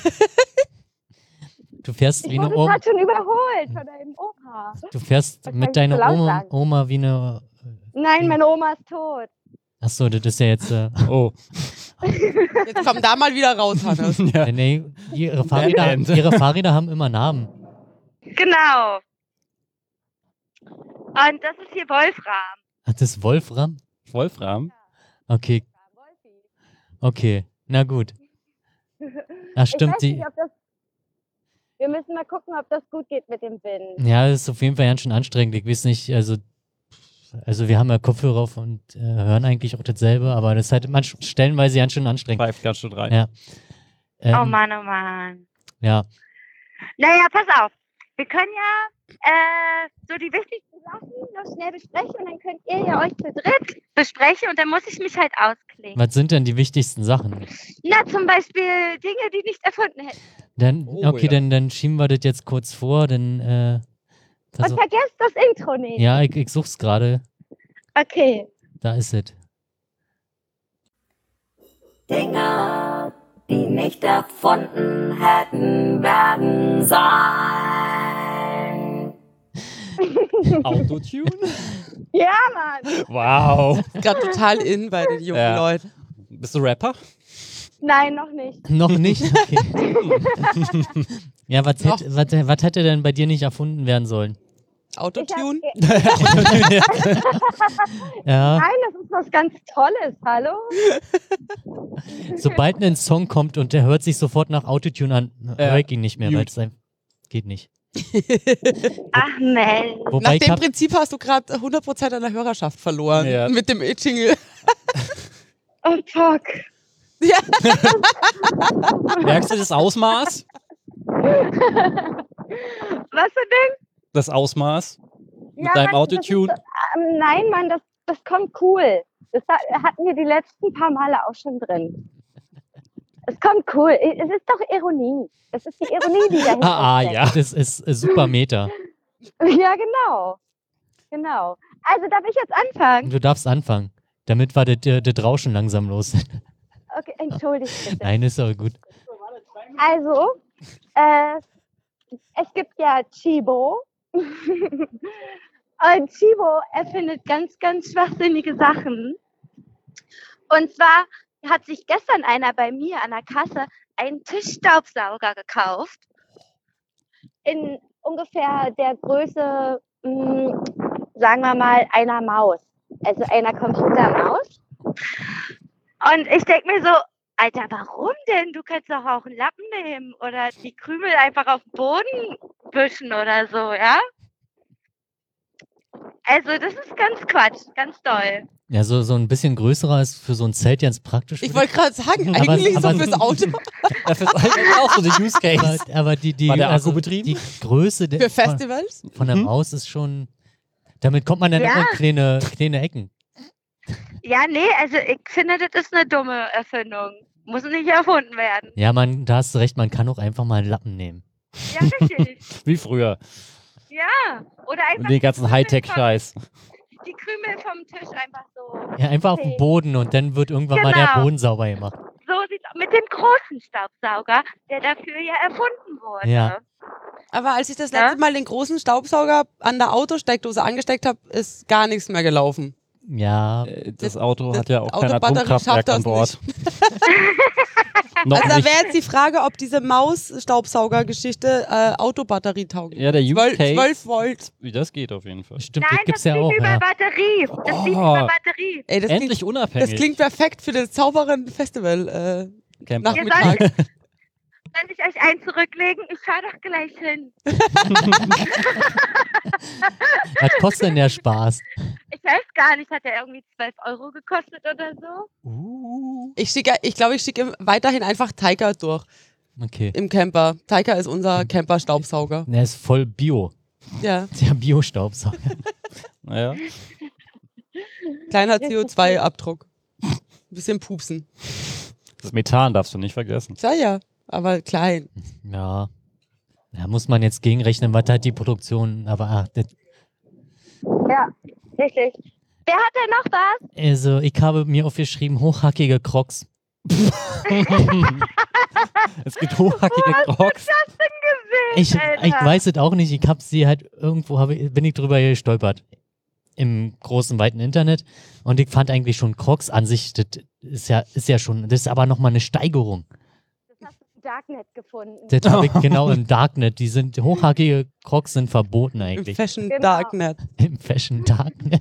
Du fährst Ich wie eine wurde Oma. gerade schon überholt von einem Opa. Du fährst Was kann mit ich deiner so laut Oma, sagen? Oma wie eine. Nein, meine Oma ist tot. Achso, das ist ja jetzt. Äh, Oh. Jetzt komm da mal wieder raus, Hannes. Ja. nee, ihre Fahrräder, End. ihre Fahrräder haben immer Namen. Genau. Und das ist hier Wolfram. Hat das Wolfram? Wolfram? Okay, okay. Na gut. Ach Ich stimmt, weiß die. nicht, ob das. Wir müssen mal gucken, ob das gut geht mit dem Wind. Ja, das ist auf jeden Fall ganz schön anstrengend. Ich weiß nicht, also. Also wir haben ja Kopfhörer auf und äh, hören eigentlich auch dasselbe, aber das ist halt manch, stellenweise ganz schön anstrengend. Pfeift ganz schön rein. Ja. Ähm, Oh Mann, oh Mann. Ja. Naja, pass auf. Wir können ja äh, so die wichtigsten Sachen noch schnell besprechen und dann könnt ihr ja euch zu dritt besprechen und dann muss ich mich halt ausklingen. Was sind denn die wichtigsten Sachen? Na, zum Beispiel Dinge, die nicht erfunden hätten. Dann, Oh, okay, ja. dann, dann schieben wir das jetzt kurz vor, dann äh, Und also, vergesst das Intro nicht. ja, ich, ich such's gerade. Okay. Da ist es. Dinge, die nicht erfunden hätten werden sollen. Autotune? Ja, Mann. Wow. Gerade total in bei den jungen Ja. Leuten. Bist du Rapper? Nein, noch nicht. Noch nicht? Okay. Ja, was hätte, was, was hätte denn bei dir nicht erfunden werden sollen? Autotune? Ich hab, Ja, nein, das ist was ganz Tolles. Hallo? sobald ein Song kommt und der hört sich sofort nach Autotune an, Ja. höre ich ihn nicht mehr, Gut. weil es ein- geht nicht. Ach, Mensch. Wobei Nach ich dem hab, Prinzip hast du gerade hundert Prozent deiner Hörerschaft verloren. Ja. Mit dem Jingle. Oh, fuck. Ja. Merkst du das Ausmaß? Was für Ding? Das Ausmaß? Mit Ja, deinem Mann, das Autotune? ist, ähm, nein, Mann, das, das kommt cool. Das hat, hatten wir die letzten paar Male auch schon drin. Es kommt cool. Es ist doch Ironie. Es ist die Ironie, die dahinter ah, ah, steckt. ja, das ist äh, super Meta. Ja, genau. Genau. Also darf ich jetzt anfangen? Du darfst anfangen, damit wir das, äh, das Rauschen langsam los sind. Okay, entschuldigt bitte. Nein, ist aber gut. Also, äh, es gibt ja Chibo. Und Chibo erfindet ganz, ganz schwachsinnige Sachen. Und zwar hat sich gestern einer bei mir an der Kasse einen Tischstaubsauger gekauft. In ungefähr der Größe, mh, sagen wir mal, einer Maus. Also einer Computermaus. Und ich denke mir so, Alter, warum denn? Du kannst doch auch einen Lappen nehmen oder die Krümel einfach auf den Boden wischen oder so, ja? Also das ist ganz Quatsch, ganz doll. Ja, so, so ein bisschen größerer ist für so ein Zelt ganz praktisch. Ich würde wollte gerade sagen, Aber- eigentlich aber- so fürs Auto. Das ist eigentlich auch so der Use Case. aber, aber die, die, War der also Akku betrieben? die Größe der, Für von, Festivals. von der Mhm. Maus ist schon. Damit kommt man dann Ja. auch in kleine, kleine Ecken. Ja, nee, also ich finde, das ist eine dumme Erfindung. Muss nicht erfunden werden. Ja, man, da hast du recht, man kann auch einfach mal einen Lappen nehmen. Ja, richtig. Wie früher. Ja. Oder Und einfach den ganzen die Krümel Hightech-Scheiß. vom- Die Krümel vom Tisch einfach so. Ja, einfach auf den Okay. Boden und dann wird irgendwann mal der Genau. Boden sauber gemacht. So sieht's aus. Mit dem großen Staubsauger, der dafür ja erfunden wurde. Ja. Aber als ich das Ja? letzte Mal den großen Staubsauger an der Autosteckdose angesteckt habe, ist gar nichts mehr gelaufen. Ja, Äh, Das Das- Auto das hat ja auch kein Autobatterie Atomkraftwerk schafft das an Bord. Noch Also da nicht. wäre jetzt die Frage, ob diese Maus-Staubsauger-Geschichte äh, Autobatterie tauglich Ja, der Use zwölf, Case. zwölf Volt. Das geht auf jeden Fall. stimmt, Nein, das gibt's das ja liegt auch. über Ja. Batterie. Das liegt Oh. über Batterie. Ey, das Endlich klingt, unabhängig. das klingt perfekt für den sauberen Festival. Äh, Camper. Nachmittag. Soll ich euch einen zurücklegen? Ich fahr doch gleich hin. Was kostet denn der Spaß? Ich weiß gar nicht, hat der irgendwie zwölf Euro gekostet oder so? Uh. Ich schicke, ich glaube, ich schicke weiterhin einfach Taika durch Okay. im Camper. Taika ist unser Camper-Staubsauger. Der ist voll Bio. Ja, Der Bio-Staubsauger. Naja. kleiner C O zwei Abdruck. Ein bisschen pupsen. Das Methan darfst du nicht vergessen. Ja, ja, aber klein. Ja. Da muss man jetzt gegenrechnen, was hat die Produktion, aber ach, das, Ja, richtig. Wer hat denn noch was? also ich habe mir aufgeschrieben, hochhackige Crocs. Es gibt hochhackige Crocs. Ich, Alter. ich weiß es auch nicht, ich habe sie halt irgendwo, hab ich, bin ich drüber gestolpert. Im großen, weiten Internet. Und ich fand eigentlich schon Crocs an sich, das ist ja, ist ja schon, das ist aber nochmal eine Steigerung. Das hast du im Darknet gefunden. Das habe ich genau im Darknet. Die sind, hochhackige Crocs sind verboten Im eigentlich. Fashion Genau. Darknet. Im Fashion Darknet.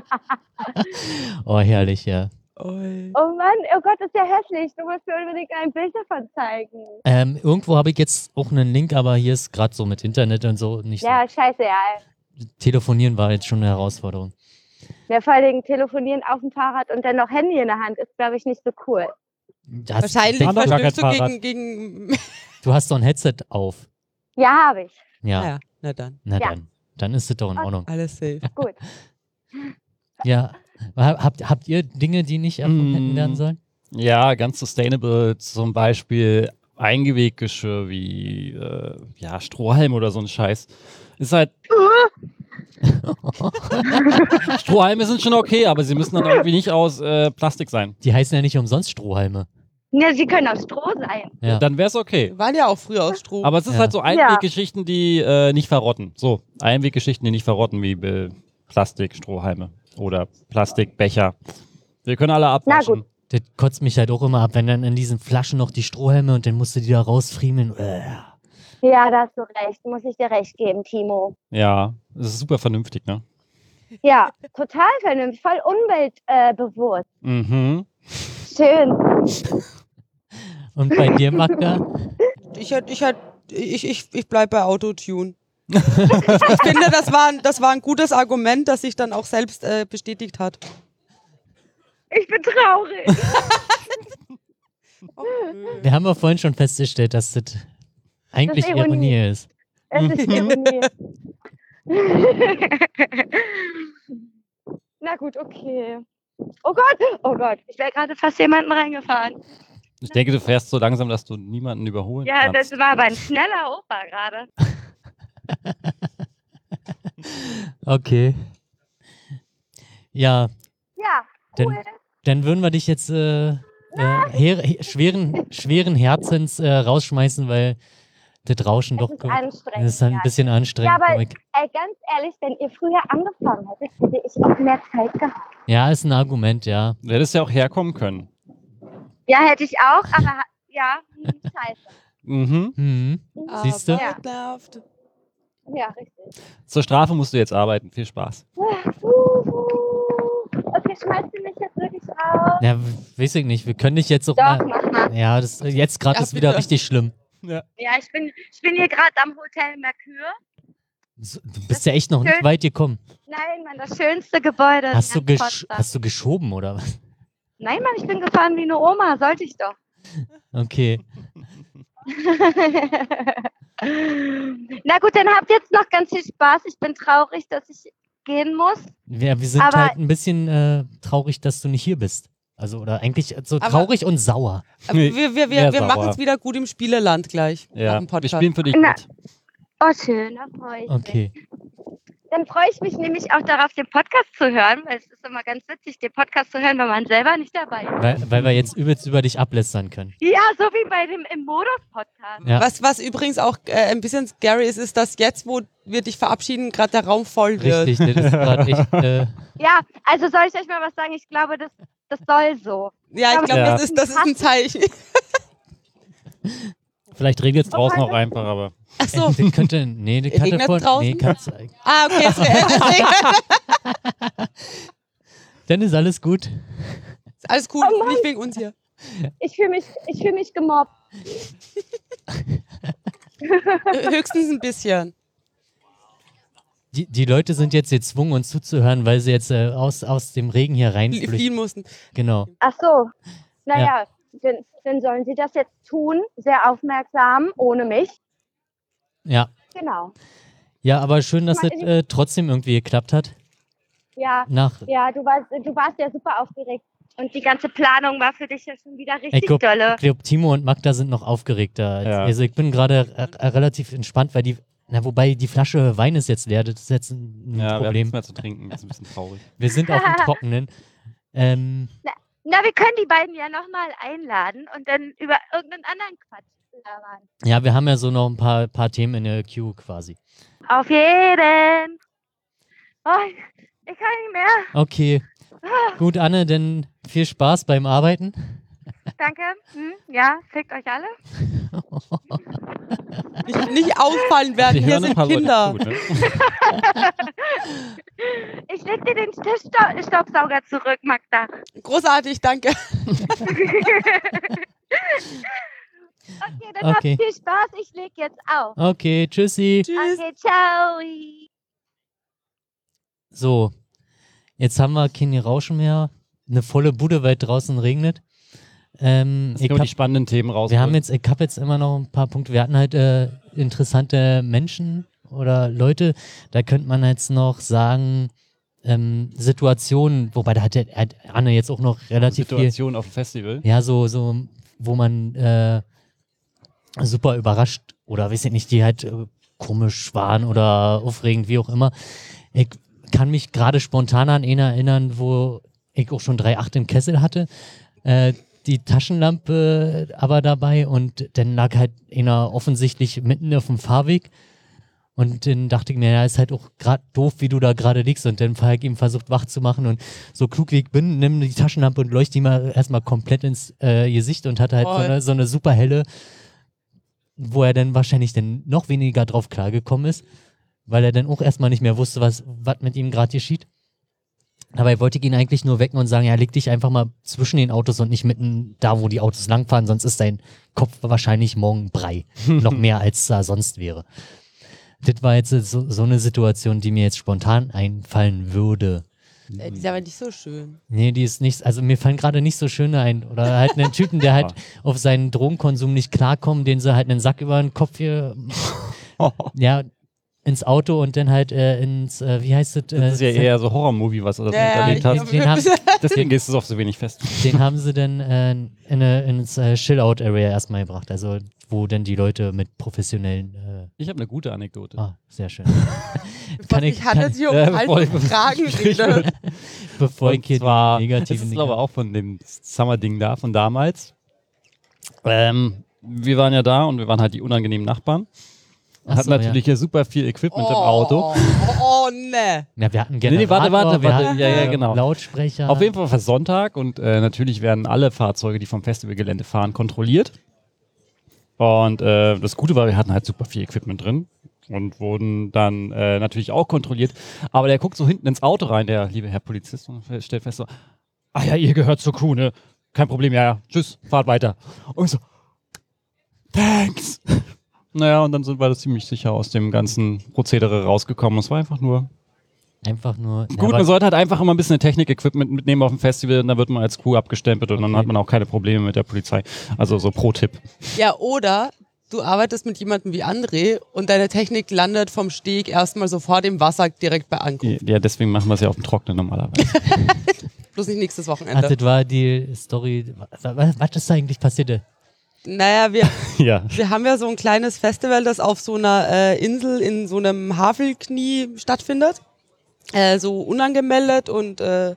Oh, herrlich, ja. Oi. Oh Mann, oh Gott, ist ja hässlich. Du musst mir unbedingt ein Bild davon zeigen. Ähm, irgendwo habe ich jetzt auch einen Link, aber hier ist gerade so mit Internet und so nicht Ja, scheiße, ja. so. Telefonieren war jetzt schon eine Herausforderung. Ja, vor allem telefonieren auf dem Fahrrad und dann noch Handy in der Hand ist, glaube ich, nicht so cool. Das, Wahrscheinlich War doch gar verstößt du kein gegen, Fahrrad. gegen. Du hast doch ein Headset auf. Ja, habe ich. Ja, Ja, na dann. na Ja. dann. Dann ist es doch in Ordnung. Alles safe. Gut. Ja. Habt, habt ihr Dinge, die nicht erfunden hätten Mm. werden sollen? Ja, ganz sustainable, zum Beispiel Einweggeschirr wie äh, ja, Strohhalm oder so ein Scheiß. Ist halt, Strohhalme sind schon okay, aber sie müssen dann irgendwie nicht aus äh, Plastik sein. Die heißen ja nicht umsonst Strohhalme. Ja, sie können aus Stroh sein. Ja. Dann wäre es okay. Wir waren ja auch früher aus Stroh. Aber es ist Ja. halt so Einweggeschichten, die äh, nicht verrotten. So, Einweggeschichten, die nicht verrotten, wie äh, Plastik, Strohhalme oder Plastikbecher. Wir können alle abwaschen. Das kotzt mich halt auch immer ab, wenn dann in diesen Flaschen noch die Strohhalme und dann musst du die da rausfriemeln. Äh. Ja, da hast du recht. Muss ich dir recht geben, Timo. Ja, das ist super vernünftig, ne? Ja, total vernünftig. Voll umweltbewusst. Äh, bewusst. Mhm. Schön. Und bei dir, Magda? Ich, hätt- ich, hätt- ich, ich, ich bleib bei Autotune. ich finde, das war, ein- das war ein gutes Argument, das sich dann auch selbst äh, bestätigt hat. Ich bin traurig. Wir haben ja vorhin schon festgestellt, dass das eigentlich Das ist Ironie. Ironie ist. Es ist Ironie. Na gut, okay. Oh Gott, oh Gott. Ich wäre gerade fast jemanden reingefahren. Ich denke, du fährst so langsam, dass du niemanden überholen Ja, kannst. das war aber ein schneller Opa gerade. Okay. Ja, Ja, dann, cool. dann würden wir dich jetzt äh, äh, her, he, schweren, schweren Herzens äh, rausschmeißen, weil das Rauschen Es doch ist ge- anstrengend. das ist ein ja. bisschen anstrengend. Ja, aber- aber ich- Ey, ganz ehrlich, wenn ihr früher angefangen hättet, hätte ich auch mehr Zeit gehabt. Ja, ist ein Argument, ja. Du hättest ja auch herkommen können. Ja, hätte ich auch, aber ja, hm, scheiße. Mhm. Mhm. Siehst du? Aber Ja. nervt. Ja, richtig. Zur Strafe musst du jetzt arbeiten. Viel Spaß. Okay, schmeißt du mich jetzt wirklich raus? Ja, w- weiß ich nicht. Wir können dich jetzt auch Doch, mal. mach mal. Ja, das, jetzt gerade Ja, ist wieder bitte. richtig schlimm. Ja, ich bin, ich bin hier gerade am Hotel Mercure. So, du bist ja echt noch nicht Schön. weit gekommen. Nein, Mann, das schönste Gebäude. Hast du, in gesch Potsdam. hast du geschoben oder was? Nein, Mann, ich bin gefahren wie eine Oma, sollte ich doch. Okay. Na gut, dann habt jetzt noch ganz viel Spaß. Ich bin traurig, dass ich gehen muss. Wir, wir sind Aber- halt ein bisschen äh, traurig, dass du nicht hier bist. Also, oder eigentlich so Aber- traurig und sauer. Aber wir wir, wir, Mehr wir machen sauer. es wieder gut im Spieleland gleich. nach Ja, dem wir Podcast. spielen für dich Na. mit. Oh, schön, da freue ich mich. Okay. Dann freue ich mich nämlich auch darauf, den Podcast zu hören, weil es ist immer ganz witzig, den Podcast zu hören, wenn man selber nicht dabei ist. Weil, weil wir jetzt übelst über dich ablästern können. Ja, so wie bei dem im Modus-Podcast. Ja. Was, was übrigens auch äh, ein bisschen scary ist, ist, dass jetzt, wo wir dich verabschieden, gerade der Raum voll wird. Richtig, das ist gerade echt. Äh, Ja, also soll ich euch mal was sagen? Ich glaube, das, das soll so. Ja, ich glaube, Ja. das, ist, das ist ein Zeichen. Vielleicht regnet es draußen auch einfach, aber. Ach so. das könnte. Nee, das könnte Regnet's voll. draußen? Nee, kann's, Ah, okay. Es, es, dann ist alles gut. ist alles cool, Oh Mann. nicht wegen uns hier. Ich fühle mich, ich fühl mich gemobbt. Äh, Höchstens ein bisschen. Die, die Leute sind jetzt gezwungen, uns zuzuhören, weil sie jetzt äh, aus, aus dem Regen hier reinflüchten. Fliehen mussten. Genau. Ach so. Naja, dann, dann sollen sie das jetzt tun, sehr aufmerksam, ohne mich. Ja. Genau. Ja, aber schön, dass Mal- das äh, trotzdem irgendwie geklappt hat. Ja, Nach, ja, du warst, du warst ja super aufgeregt. Und die ganze Planung war für dich ja schon wieder richtig ich glaube, dolle. glaub, Timo und Magda sind noch aufgeregter. Ja. Also ich bin gerade äh, äh, relativ entspannt, weil die, na wobei die Flasche Wein ist jetzt leer, das ist jetzt ein, ein Ja, wir haben Problem. nichts mehr zu trinken. Das ist ein bisschen traurig. Wir sind auf dem Trockenen. Ähm, Na, wir können die beiden ja nochmal einladen und dann über irgendeinen anderen Quatsch labern. ja, wir haben ja so noch ein paar, paar Themen in der Queue quasi. Auf jeden. Oh, ich kann nicht mehr. Okay. Gut, Anne, dann viel Spaß beim Arbeiten. Danke. Hm, ja, fickt euch alle. Nicht, nicht auffallen werden, Die hier hören ein sind paar Leute Kinder. zu, ne? Ich leg dir den Tischstaubsauger zurück, Magda. Großartig, danke. Okay, dann Okay. habt viel Spaß. Ich leg jetzt auf. Okay, tschüssi. Tschüss. Okay, ciao. So, jetzt haben wir keine Rauschen mehr. Eine volle Bude, weil draußen regnet. Ähm, Das ich sind nur hab, die spannenden Themen raus. wir haben jetzt, ich habe jetzt immer noch ein paar Punkte. Wir hatten halt äh, interessante Menschen oder Leute. Da könnte man jetzt noch sagen, ähm, Situationen, wobei da hat ja hat Anne jetzt auch noch relativ viel. Situation auf dem Festival. Ja, so, so, wo man äh, super überrascht oder weiß ich nicht, die halt äh, komisch waren oder aufregend, wie auch immer. ich kann mich gerade spontan an einen erinnern, wo ich auch schon drei Komma acht im Kessel hatte. Äh, die Taschenlampe aber dabei und dann lag halt einer offensichtlich mitten auf dem Fahrweg. Und dann dachte ich mir, ja, ist halt auch gerade doof, wie du da gerade liegst. Und dann habe ich ihm versucht, wach zu machen. Und so klug wie ich bin, nimm die Taschenlampe und leuchte ihm mal erstmal komplett ins äh, Gesicht und hatte halt so eine, so eine super helle, wo er dann wahrscheinlich dann noch weniger drauf klargekommen ist, weil er dann auch erstmal nicht mehr wusste, was, was mit ihm gerade geschieht. Dabei wollte ich ihn eigentlich nur wecken und sagen, ja, leg dich einfach mal zwischen den Autos und nicht mitten da, wo die Autos langfahren, sonst ist dein Kopf wahrscheinlich morgen Brei. Noch mehr, als da sonst wäre. Das war jetzt so, so eine Situation, die mir jetzt spontan einfallen würde. Äh, die ist aber nicht so schön. Nee, die ist nicht, also mir fallen gerade nicht so schöne ein. Oder halt einen Typen, der halt auf seinen Drogenkonsum nicht klarkommt, den sie halt einen Sack über den Kopf hier, ja, ins Auto und dann halt äh, ins, äh, wie heißt das? Äh, Das ist ja eher so Horror-Movie, was du da Ja, erlebt ja, hast. den, den, haben, Deswegen gehst du auf so wenig fest. den haben sie dann äh, in eine, ins äh, Chill-Out-Area erstmal gebracht. Also wo dann die Leute mit professionellen äh, Ich habe eine gute Anekdote. ah, sehr schön. Kann ich, hat er sich um äh, kalte bevor ich- Fragen redet. Bevor ich Und hier die zwar, das negativen ist glaube ich auch von dem Summer-Ding da, von damals. Ähm, wir waren ja da und wir waren halt die unangenehmen Nachbarn. Ach Hatten so, natürlich hier super viel Equipment im Auto. Oh, oh, ne. Ja, wir hatten Nee, Generator, nee, warte, warte, wir warte. hatten Ja, ja, äh, genau. Lautsprecher. Auf jeden Fall war Sonntag und äh, natürlich werden alle Fahrzeuge, die vom Festivalgelände fahren, kontrolliert. Und äh, das Gute war, wir hatten halt super viel Equipment drin und wurden dann äh, natürlich auch kontrolliert. Aber der guckt so hinten ins Auto rein, der liebe Herr Polizist, und stellt fest so, ah ja, ihr gehört zur Crew, ne? Kein Problem, ja, ja, tschüss, fahrt weiter. Und ich so, thanks. Naja, und dann sind wir das ziemlich sicher aus dem ganzen Prozedere rausgekommen. Es war einfach nur Einfach nur. gut. Ja, Man sollte halt einfach immer ein bisschen Technik-Equipment mitnehmen auf dem Festival und dann wird man als Crew abgestempelt und dann Okay. hat man auch keine Probleme mit der Polizei. Also so Pro-Tipp. Ja, oder du arbeitest mit jemandem wie André und deine Technik landet vom Steg erstmal so vor dem Wasser direkt bei Ankunft. Ja, deswegen machen wir es ja auf dem Trockenen normalerweise. Bloß nicht nächstes Ach, Wochenende. das war die Story. Was, was ist da eigentlich passiert? Naja, wir, Ja. wir haben ja so ein kleines Festival, das auf so einer äh, Insel in so einem Havelknie stattfindet. Äh, so unangemeldet und äh,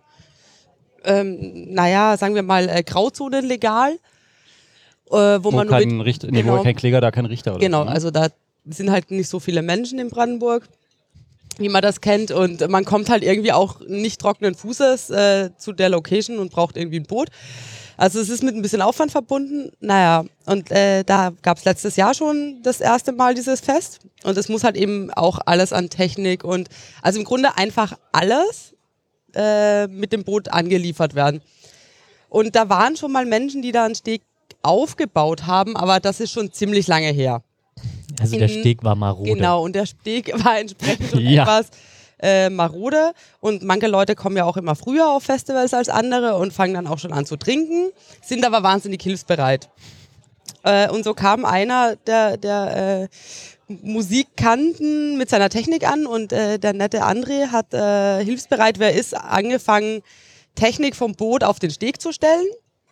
ähm, naja, sagen wir mal äh, Grauzonen legal. Äh, wo, Wo man nur kein mit, Richter, nee, genau. wo kein Kläger, da kein Richter oder Genau, so, ne? also da sind halt nicht so viele Menschen in Brandenburg, wie man das kennt. Und man kommt halt irgendwie auch nicht trockenen Fußes äh, zu der Location und braucht irgendwie ein Boot. Also es ist mit ein bisschen Aufwand verbunden. Naja, und äh, da gab es letztes Jahr schon das erste Mal dieses Fest. Und es muss halt eben auch alles an Technik und also im Grunde einfach alles äh, mit dem Boot angeliefert werden. Und da waren schon mal Menschen, die da einen Steg aufgebaut haben, aber das ist schon ziemlich lange her. Also der In- Steg war marode. Genau, und der Steg war entsprechend schon Ja. etwas äh, marode. Und manche Leute kommen ja auch immer früher auf Festivals als andere und fangen dann auch schon an zu trinken, sind aber wahnsinnig hilfsbereit. Äh, und so kam einer der, der äh, Musikanten mit seiner Technik an und äh, der nette André hat äh, hilfsbereit, wer ist, angefangen, Technik vom Boot auf den Steg zu stellen.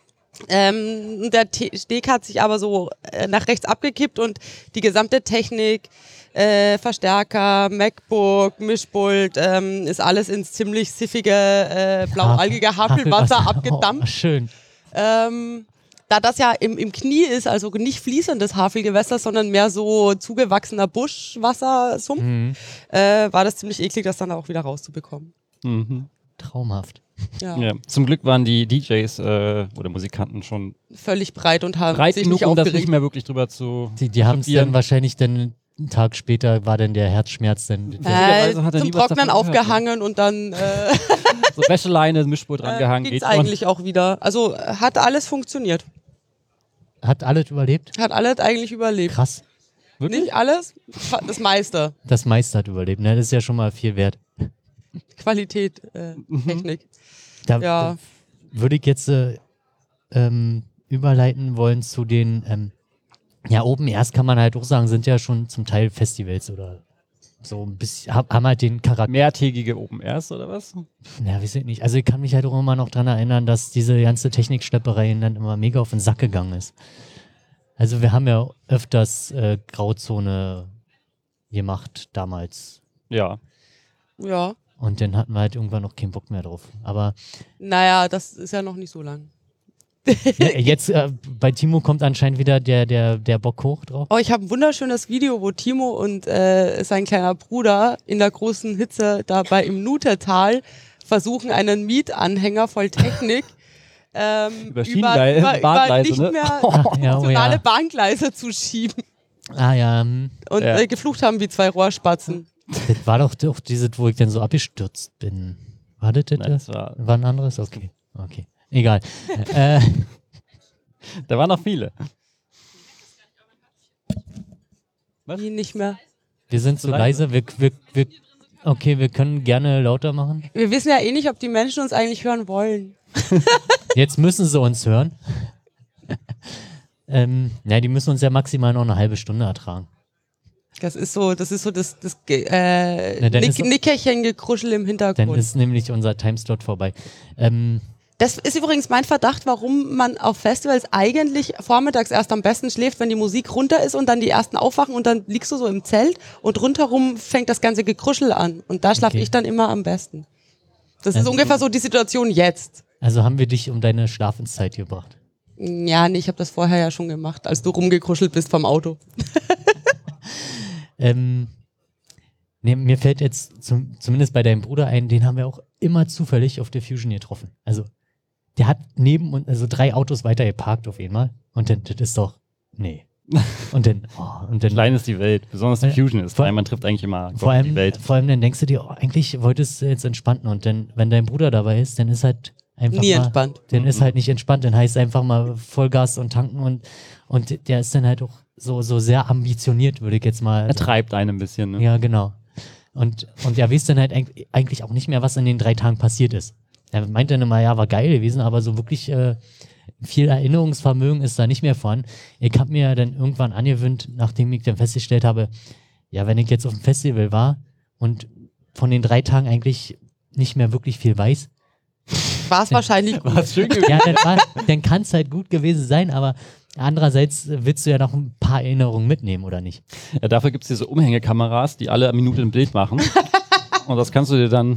Ähm, der Te Steg hat sich aber so äh, nach rechts abgekippt und die gesamte Technik, äh, Verstärker, MacBook, Mischpult, ähm, ist alles ins ziemlich siffige, äh, blaualgige Havelwasser abgedampft. Oh, schön. Ähm, da das ja im, im Knie ist, also nicht fließendes Havelgewässer, sondern mehr so zugewachsener Buschwassersumpf, Mhm. äh, war das ziemlich eklig, das dann auch wieder rauszubekommen. Mhm. Traumhaft. Ja, Ja. Zum Glück waren die D Js äh, oder Musikanten schon völlig breit und haben breit sich genug, nicht um das aufgeregt. nicht mehr wirklich drüber zu Die, die haben es schockieren. dann wahrscheinlich dann einen Tag später war dann der Herzschmerz dann. Äh, Witzigerweise hat er zum nie was Trocknen davon gehört, aufgehangen und dann äh, So Wäscheleine, Mischpult drangehangen. äh, geht geht's schon. eigentlich auch wieder. Also äh, hat alles funktioniert. Hat alles überlebt? Hat alles eigentlich überlebt. Krass. Wirklich? Nicht alles, das meiste. Das meiste hat überlebt. Ne? Das ist ja schon mal viel wert. Qualität, äh, Technik. Da, Ja. da würde ich jetzt äh, ähm, überleiten wollen zu den, ähm, ja, Open Airs kann man halt auch sagen, sind ja schon zum Teil Festivals oder so ein bisschen, hab, haben halt den Charakter. Mehrtägige Open Airs oder was? Ja, weiß ich nicht. Also ich kann mich halt auch immer noch dran erinnern, dass diese ganze Technikschlepperei dann immer mega auf den Sack gegangen ist. Also wir haben ja öfters äh, Grauzone gemacht damals. Ja. Ja. Und dann hatten wir halt irgendwann noch keinen Bock mehr drauf. Aber Naja, das ist ja noch nicht so lang. ja, jetzt äh, bei Timo kommt anscheinend wieder der, der, der Bock hoch drauf. Oh, ich habe ein wunderschönes Video, wo Timo und äh, sein kleiner Bruder in der großen Hitze dabei im Nutertal versuchen, einen Mietanhänger voll Technik ähm, Über über, Schienenglei- über, über Bahngleise, nicht ne? mehr Ach, ja, oh funktionale ja. Bahngleise zu schieben Ah ja, hm. und Ja. äh, geflucht haben wie zwei Rohrspatzen. Das war doch, doch dieses, wo ich dann so abgestürzt bin. War das das? Nein, das war, War ein anderes? Okay, okay. Egal. äh, da waren noch viele. Wie nicht mehr. wir sind zu Zu leise. Wir, wir, wir, okay, wir können gerne lauter machen. Wir wissen ja eh nicht, ob die Menschen uns eigentlich hören wollen. Jetzt müssen sie uns hören. ähm, ja, die müssen uns ja maximal noch eine halbe Stunde ertragen. Das ist so, das ist so das, das äh, Na, dann Nick, ist- Nickerchen-Gekruschel im Dann Hintergrund. ist nämlich unser Timeslot vorbei. Ähm, Das ist übrigens mein Verdacht, warum man auf Festivals eigentlich vormittags erst am besten schläft, wenn die Musik runter ist und dann die ersten aufwachen und dann liegst du so im Zelt und rundherum fängt das ganze Gekruschel an. Und da schlafe Okay. ich dann immer am besten. Das ist Ähm, ungefähr so die Situation jetzt. also haben wir dich um deine Schlafenszeit gebracht. Ja, nee, ich habe das vorher ja schon gemacht, als du rumgekruschelt bist vom Auto. Ähm, nee, mir fällt jetzt zum, zumindest bei deinem Bruder ein, den haben wir auch immer zufällig auf der Fusion getroffen. Also der hat neben uns, also drei Autos weiter geparkt auf einmal. Und dann, das ist doch, nee. Und dann, oh, und dann Klein ist die Welt, besonders die Ja, Fusion ist. vor- Vor, man trifft eigentlich immer Gott vor und allem, die Welt. vor allem dann denkst du dir, oh, eigentlich wolltest du jetzt entspannen. Und dann, wenn dein Bruder dabei ist, dann ist halt einfach Nie mal, entspannt. Dann ist halt nicht entspannt, dann heißt einfach mal Vollgas und tanken und, und der ist dann halt auch so, so sehr ambitioniert, würde ich jetzt mal Er treibt einen ein bisschen. Ne? Ja, genau. Und, und er weiß dann halt eig- eigentlich auch nicht mehr, was in den drei Tagen passiert ist. Er meint dann immer, ja, war geil gewesen, aber so wirklich äh, viel Erinnerungsvermögen ist da nicht mehr vorhanden. Ich habe mir dann irgendwann angewöhnt, nachdem ich dann festgestellt habe, ja, wenn ich jetzt auf dem Festival war und von den drei Tagen eigentlich nicht mehr wirklich viel weiß, War es wahrscheinlich gut. War's schön gewesen? ja, dann, war- dann kann es halt gut gewesen sein, aber andererseits willst du ja noch ein paar Erinnerungen mitnehmen, oder nicht? Ja, dafür gibt es diese Umhängekameras, die alle Minute ein Bild machen. Und das kannst du dir dann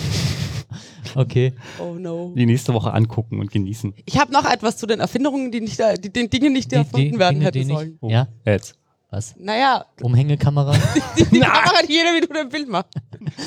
Okay. Oh no. die nächste Woche angucken und genießen. Ich habe noch etwas zu den Erfindungen, die nicht, die, den Dingen nicht erfunden werden Dinge, hätten die nicht- sollen. Oh. Ja, Jetzt. was? Naja, Umhängekamera? die, die Kamera hat jede Minute ein Bild macht.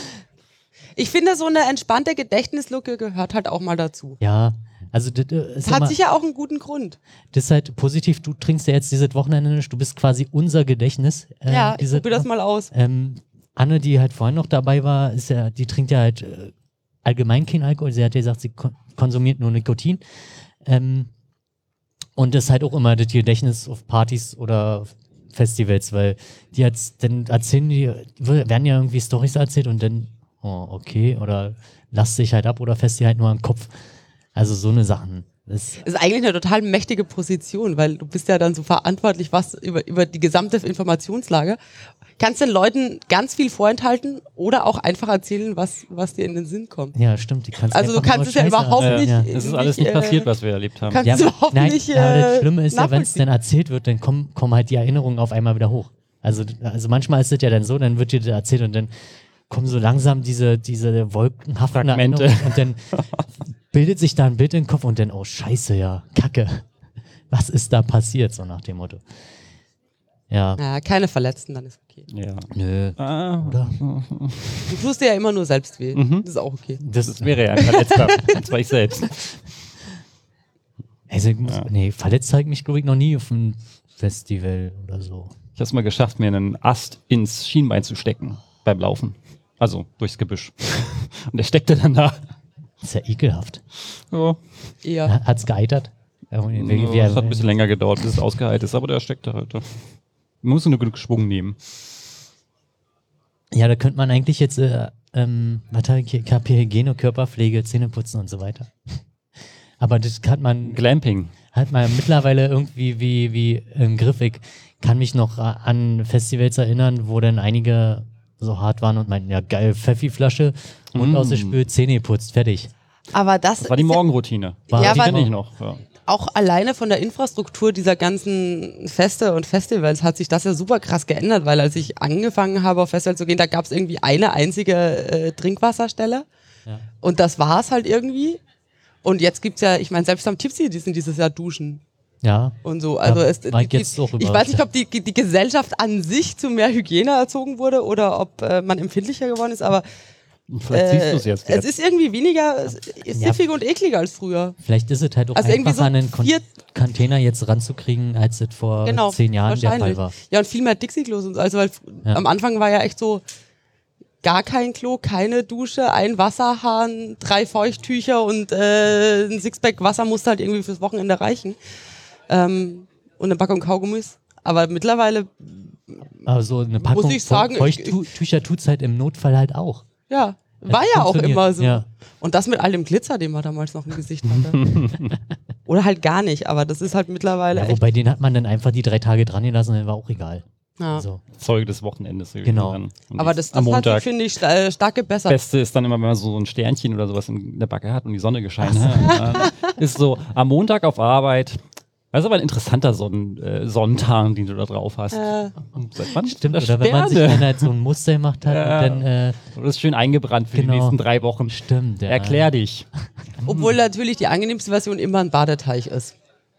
Ich finde, so eine entspannte Gedächtnislücke gehört halt auch mal dazu. Ja, also das, das, ist Das hat immer, sicher auch einen guten Grund. das ist halt positiv. Du trinkst ja jetzt dieses Wochenende nicht, du bist quasi unser Gedächtnis. Äh, Ja, ich diese, probiere das mal aus. Ähm, Anne, die halt vorhin noch dabei war, ist ja, die trinkt ja halt äh, allgemein keinen Alkohol. Sie hat ja gesagt, sie kon konsumiert nur Nikotin. Ähm, und das ist halt auch immer das Gedächtnis auf Partys oder auf Festivals, weil die jetzt, dann erzählen die, werden ja irgendwie Storys erzählt und dann, oh, okay, oder lass dich halt ab oder fest dir halt nur am Kopf. Also so eine Sachen. Das, Das ist eigentlich eine total mächtige Position, weil du bist ja dann so verantwortlich was über, über die gesamte Informationslage. Kannst den Leuten ganz viel vorenthalten oder auch einfach erzählen, was, was dir in den Sinn kommt. ja, stimmt. Die kannst Also du einfach kannst nur es ja Scheiße überhaupt erzählen. nicht- Ja. Es ist alles nicht, nicht äh, passiert, was wir erlebt haben. kannst- Ja, Das ist überhaupt nein, nicht, aber das äh, Schlimme ist ja, wenn es nachvollziehen. dann erzählt wird, dann kommen, kommen halt die Erinnerungen auf einmal wieder hoch. Also, also manchmal ist es ja dann so, dann wird dir das erzählt und dann kommen so langsam diese, diese wolkenhaften Fragmente. Erinnerungen und dann bildet sich da ein Bild im Kopf und dann, oh Scheiße, ja, Kacke. Was ist da passiert, so nach dem Motto. Ja, Ja, keine Verletzten, dann ist okay. Ja. nö. Ah, Oder? Du tust dir ja immer nur selbst weh. Mhm. Das ist auch okay. Das, das wäre ja ein Verletzter. Das war ich selbst. also, ich muss, Ja. nee, verletzt habe ich mich, glaube ich, noch nie auf einem Festival oder so. Ich habe es mal geschafft, mir einen Ast ins Schienbein zu stecken beim Laufen. Also durchs Gebüsch. Und der steckte dann da. Das ist ja ekelhaft. Ja. Eher. Hat's geeitert? Ja, wie- Ja, wie- es hat ein bisschen länger gedauert, bis es ausgeheilt ist, aber der steckte halt da. Man muss nur genug Schwung nehmen. Ja, da könnte man eigentlich jetzt, äh, ähm, was hab ich hier? Ich hab hier Hygiene, Körperpflege, Zähneputzen und so weiter. Aber das hat man, Glamping. hat man mittlerweile irgendwie wie, wie im Griff. Ich kann mich noch a- an Festivals erinnern, wo dann einige so hart waren und meinten, ja geil, Pfeffi-Flasche, Mund Mm. ausgespült, Zähne geputzt, fertig. Aber das, Das war die ist ja Morgenroutine. War- Ja, die aber- kenne ich noch. Ja. auch alleine von der Infrastruktur dieser ganzen Feste und Festivals hat sich das ja super krass geändert, weil als ich angefangen habe, auf Festivals zu gehen, da gab es irgendwie eine einzige äh, Trinkwasserstelle Ja. und das war es halt irgendwie. Und jetzt gibt's ja, ich meine, selbst am Tipsy, die sind dieses Jahr duschen Ja, und so. Also Da es, war ich die, jetzt auch ich überrascht. weiß nicht, ob die, die Gesellschaft an sich zu mehr Hygiene erzogen wurde oder ob äh, man empfindlicher geworden ist, aber Vielleicht siehst äh, du es jetzt. es jetzt. ist irgendwie weniger siffig und ekliger als früher. vielleicht ist es halt auch Also irgendwie einfacher, so einen Kon vier- Container jetzt ranzukriegen, als es vor Genau, zehn Jahren der Fall wahrscheinlich. war. Ja, und viel mehr Dixie-Klos und so. Also, weil Ja. am Anfang war ja echt so gar kein Klo, keine Dusche, ein Wasserhahn, drei Feuchttücher und äh, ein Sixpack Wasser musste halt irgendwie fürs Wochenende reichen. Ähm, und eine Packung Kaugummis. Aber mittlerweile, Also eine Packung ich sagen, ich- Feuchttücher tut es halt im Notfall halt auch. ja, Es war ja auch funktioniert. immer so. Ja. Und das mit all dem Glitzer, den man damals noch im Gesicht hatte. Oder halt gar nicht, aber das ist halt mittlerweile Ja, echt. wobei den hat man dann einfach die drei Tage dran gelassen, dann war auch egal. Ja. Also, Zeuge des Wochenendes. gewesen Genau. dann. Und Aber das, am das hat sich, Montag. finde ich, sta- äh, stark gebessert. Beste ist dann immer, wenn man so ein Sternchen oder sowas in der Backe hat und die Sonne gescheint hat. Ist so am Montag auf Arbeit. Das ist aber ein interessanter Sonn äh, Sonntag, den du da drauf hast. Äh, Und seit wann stimmt, das oder wenn man sich Sterne? dann halt so ein Muster gemacht hat Ja. und dann, äh, Und das ist schön eingebrannt für Genau. die nächsten drei Wochen. stimmt. Ja. Erklär dich. Obwohl natürlich die angenehmste Version immer ein Badeteich ist.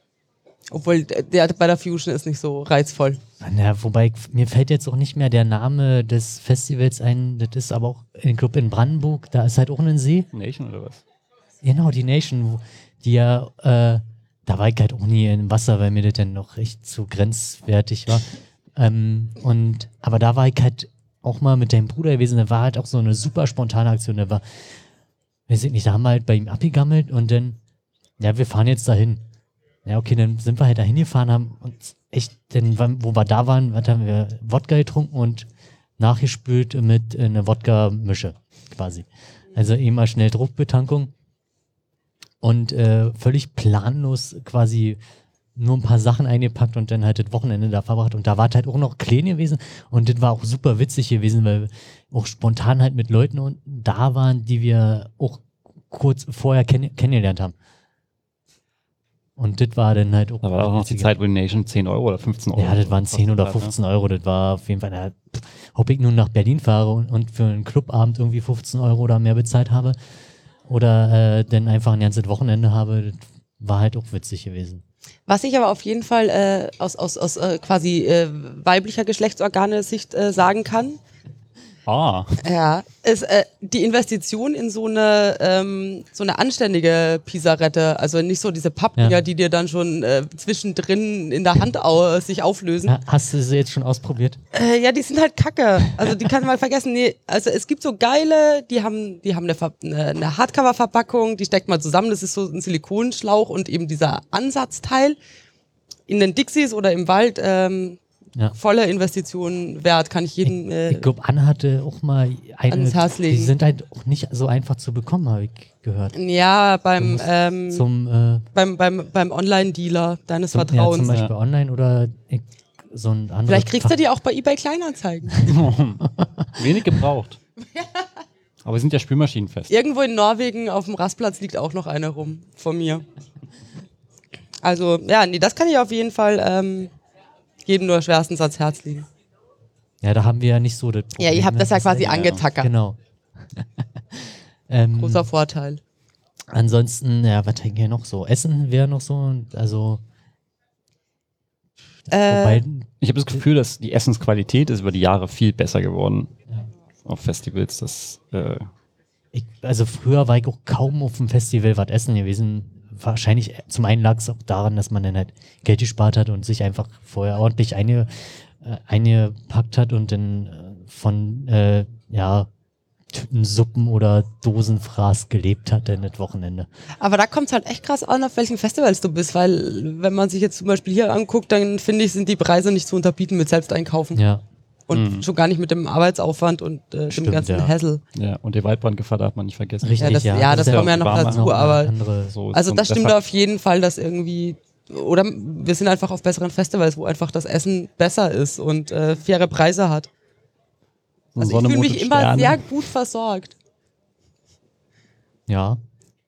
Obwohl der der bei der Fusion ist nicht so reizvoll. Ja, wobei, mir fällt jetzt auch nicht mehr der Name des Festivals ein, das ist aber auch, ich glaube in Brandenburg, da ist halt auch ein See. Nation oder was? Genau, die Nation, wo, die ja, äh, da war ich halt auch nie im Wasser, weil mir das dann noch echt zu grenzwertig war. Ähm, und, aber da war ich halt auch mal mit deinem Bruder gewesen, da war halt auch so eine super spontane Aktion, da war, weiß ich nicht, da haben wir halt bei ihm abgegammelt und dann, ja, wir fahren jetzt dahin. Ja, okay, dann sind wir halt dahin gefahren, haben uns echt, denn wann- wo wir da waren, was haben wir Wodka getrunken und nachgespült mit äh, einer Wodka-Mische quasi. Also eh mal schnell Druckbetankung und äh, völlig planlos quasi nur ein paar Sachen eingepackt und dann halt das Wochenende da verbracht und da war es halt auch noch klein gewesen und das war auch super witzig gewesen, weil wir auch spontan halt mit Leuten und da waren, die wir auch kurz vorher kenn kennengelernt haben. Und das war dann halt auch. Da war auch noch die witzige- Zeit, wo die Nation zehn Euro oder fünfzehn Euro. Ja, das waren zehn oder gekostet hat, ne? fünfzehn Euro, das war auf jeden Fall, da, pff, ob ich nun nach Berlin fahre und, und für einen Clubabend irgendwie fünfzehn Euro oder mehr bezahlt habe oder äh, dann einfach ein ganzes Wochenende habe, das war halt auch witzig gewesen. Was ich aber auf jeden Fall äh, aus, aus, aus äh, quasi äh, weiblicher Geschlechtsorgane-Sicht äh, sagen kann, Ah, ja, ist äh, die Investition in so eine ähm, so eine anständige Pisarette, also nicht so diese Pappdinger, Ja. die dir dann schon äh, zwischendrin in der Hand au sich auflösen. Ha, hast du sie jetzt schon ausprobiert? Äh, ja, die sind halt kacke. Also die kann man vergessen. Nee, also es gibt so geile, die haben, die haben eine, Ver- eine, eine Hardcover-Verpackung, die steckt man zusammen. Das ist so ein Silikonschlauch und eben dieser Ansatzteil. In den Dixies oder im Wald ähm, Ja. volle Investitionen wert, kann ich jedem. Äh, Ich glaube, Anne hatte auch mal eine, Ans Herz legen. die sind halt auch nicht so einfach zu bekommen, habe ich gehört. ja, Du beim musst ähm, Zum, äh, beim beim beim Online-Dealer deines zum, ja, Vertrauens. zum Beispiel online oder ich, so ein anderes. Vielleicht kriegst du die auch bei eBay Kleinanzeigen. wenig gebraucht. Aber wir sind ja spülmaschinenfest. Irgendwo in Norwegen auf dem Rastplatz liegt auch noch eine rum von mir. Also, ja, nee, das kann ich auf jeden Fall ähm, jedem nur schwerstens ans Herz legen. Ja, da haben wir ja nicht so das Problem, Ja, ihr habt ne? das ja quasi ja- angetackert. Genau. ähm, Großer Vorteil. ansonsten, ja, was denken wir noch so? Essen wäre noch so, also Äh, wobei, Ich habe das Gefühl, dass die Essensqualität ist über die Jahre viel besser geworden. Ja. Auf Festivals, das äh, ich, also früher war ich auch kaum auf dem Festival was essen gewesen. Wahrscheinlich, äh, zum einen lag es auch daran, dass man dann halt Geld gespart hat und sich einfach vorher ordentlich eine, äh, eingepackt hat und dann äh, von, äh, ja, Tütensuppen oder Dosenfraß gelebt hat dann das Wochenende. aber da kommt es halt echt krass an, auf welchen Festivals du bist, weil wenn man sich jetzt zum Beispiel hier anguckt, dann finde ich, sind die Preise nicht zu unterbieten mit Selbsteinkaufen. Ja, Und Mhm. schon gar nicht mit dem Arbeitsaufwand und äh, Stimmt, dem ganzen ja. Hassel. ja, und die Waldbrandgefahr darf man nicht vergessen. richtig, das- ja. ja, das ist kommen ja noch warm dazu, noch eine aber- andere, So, Also und das stimmt deshalb- auf jeden Fall, dass irgendwie, oder wir sind einfach auf besseren Festivals, wo einfach das Essen besser ist und äh, faire Preise hat. Also Sonne, ich fühle Mond mich und immer Sterne. sehr gut versorgt. ja.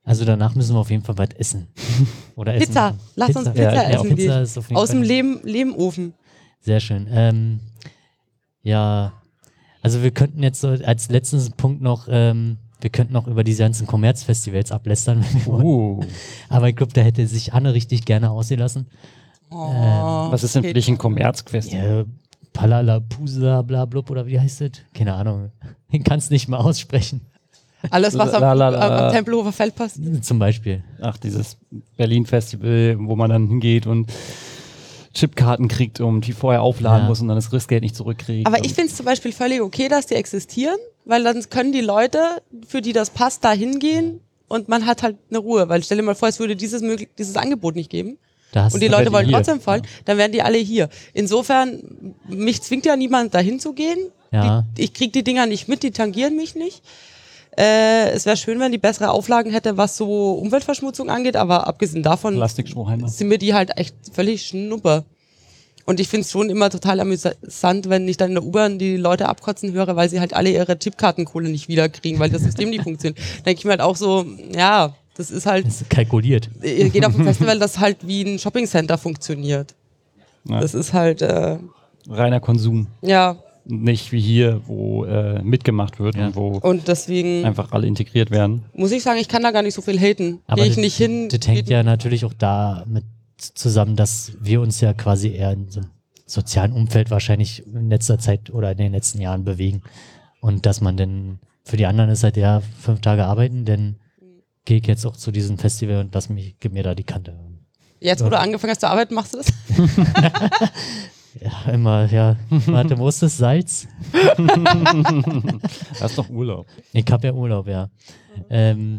Also danach müssen wir auf jeden Fall was essen. Oder essen. Pizza. Lass Pizza. uns Pizza ja, essen ja, Pizza gehen. ist auf jeden Aus Fall dem Lehm, Lehmofen. Sehr schön. Ähm, ja, also wir könnten jetzt so als letzten Punkt noch, ähm, wir könnten noch über diese ganzen Kommerzfestivals ablästern, wenn wir wollen. Uh. Aber ich glaube, da hätte sich Anne richtig gerne ausgelassen. Oh, Ähm, Was ist denn für geht. dich ein Kommerzquest? Ja, Palalapusa, bla blub, oder wie heißt das? Keine Ahnung. Ich kann es nicht mal aussprechen. Alles, was am, La, la, la. am Tempelhofer Feld passiert. Zum Beispiel. Ach, dieses Berlin-Festival, wo man dann hingeht und Chipkarten kriegt und die vorher aufladen Ja. muss und dann das Restgeld nicht zurückkriegt. Aber und ich finde es zum Beispiel völlig okay, dass die existieren, weil dann können die Leute, für die das passt, da hingehen und man hat halt eine Ruhe. Weil stell dir mal vor, es würde dieses, möglich dieses Angebot nicht geben Da hast und die du- wären Leute die wollen hier. trotzdem voll, dann wären die alle hier. Insofern, mich zwingt ja niemand dahin zu gehen. Ja. Die, ich krieg die Dinger nicht mit, die tangieren mich nicht. Äh, es wäre schön, wenn die bessere Auflagen hätte, was so Umweltverschmutzung angeht, aber abgesehen davon Plastikstrohhalme. sind mir die halt echt völlig schnuppe. Und ich finde es schon immer total amüsant, wenn ich dann in der U-Bahn die Leute abkotzen höre, weil sie halt alle ihre Chipkartenkohle nicht wiederkriegen, weil das System nicht funktioniert. Da denke ich mir halt auch so, ja, das ist halt, Das ist kalkuliert. ihr geht auf ein Festival, das halt wie ein Shoppingcenter funktioniert. Ja. Das ist halt, äh, Reiner Konsum. ja, Nicht wie hier, wo äh, mitgemacht wird Ja. und wo und deswegen einfach alle integriert werden. muss ich sagen, ich kann da gar nicht so viel haten. Aber Gehe ich das, nicht hin. das hängt ja natürlich auch damit zusammen, dass wir uns ja quasi eher in so einem sozialen Umfeld wahrscheinlich in letzter Zeit oder in den letzten Jahren bewegen. Und dass man dann, für die anderen ist halt ja fünf Tage arbeiten, dann gehe ich jetzt auch zu diesem Festival und lass mich, gib mir da die Kante. Jetzt, wo du angefangen hast zu arbeiten, machst du das? Ja, immer, ja. Warte, wo ist das Salz? Das ist doch Urlaub. Ich hab ja Urlaub, ja. Ähm,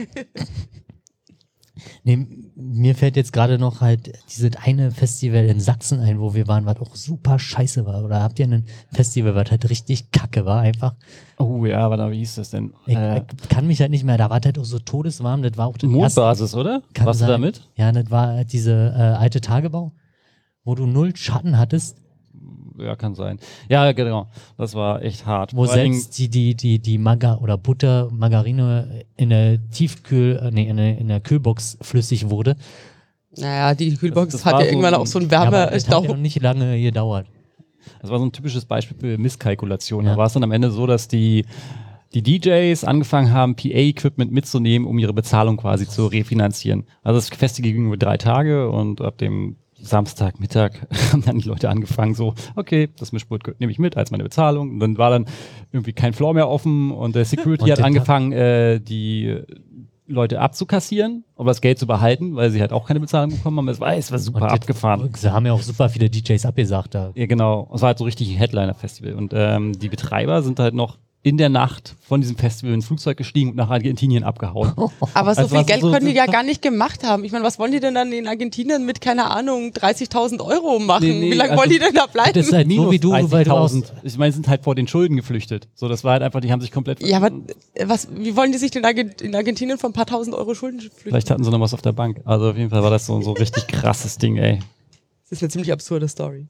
nee, mir fällt jetzt gerade noch halt dieses eine Festival in Sachsen ein, wo wir waren, was auch super scheiße war. Oder habt ihr ein Festival, was halt richtig kacke war einfach? Oh ja, aber wie hieß das denn? Ich, Äh, ich kann mich halt nicht mehr, da war halt auch so todeswarm, das war auch das erste. Mondbasis, oder? Kann Warst du sein. da mit? Ja, das war halt diese äh, alte Tagebau, wo du null Schatten hattest, Ja, kann sein. Ja, genau. Das war echt hart. wo Vor allen selbst die, die, die, die Maga oder Butter, Margarine in der Tiefkühl, äh, nee, in der, in der Kühlbox flüssig wurde. Naja, die Kühlbox Das- das hat war ja so irgendwann ein- auch so einen Ja, aber das hat ja Wärmestau. noch nicht lange gedauert. Das war so ein typisches Beispiel für Misskalkulation. Ja. Da war es dann am Ende so, dass die, die D Js angefangen haben, P A-Equipment mitzunehmen, um ihre Bezahlung quasi zu refinanzieren. Also das Festival ging über drei Tage und ab dem Samstagmittag haben dann die Leute angefangen so, okay, das Mischpult nehme ich mit als meine Bezahlung. Und dann war dann irgendwie kein Floor mehr offen und der Security Und hat der angefangen, äh, die Leute abzukassieren, aber das Geld zu behalten, weil sie halt auch keine Bezahlung bekommen haben. Es war, es war super Und abgefahren. Sie haben ja auch super viele D Js abgesagt da. Ja, genau. Es war halt so richtig ein Headliner-Festival. Und ähm, die Betreiber sind halt noch in der Nacht von diesem Festival ins Flugzeug gestiegen und nach Argentinien abgehauen. Aber so Also viel was Geld so- können die ja gar nicht gemacht haben. Ich meine, was wollen die denn dann in Argentinien mit, keine Ahnung, dreißigtausend Euro machen? Nee, nee, Wie lange also- wollen die denn da bleiben? Das ist halt so wie du, weil du dreißigtausend. aus, Ich meine, sie sind halt vor den Schulden geflüchtet. So, das war halt einfach, die haben sich komplett... Ja, aber äh, was, wie wollen die sich denn Argent- in Argentinien von ein paar tausend Euro Schulden flüchten? Vielleicht hatten sie noch was auf der Bank. Also auf jeden Fall war das so, so ein richtig krasses Ding, ey. Das ist eine ziemlich absurde Story.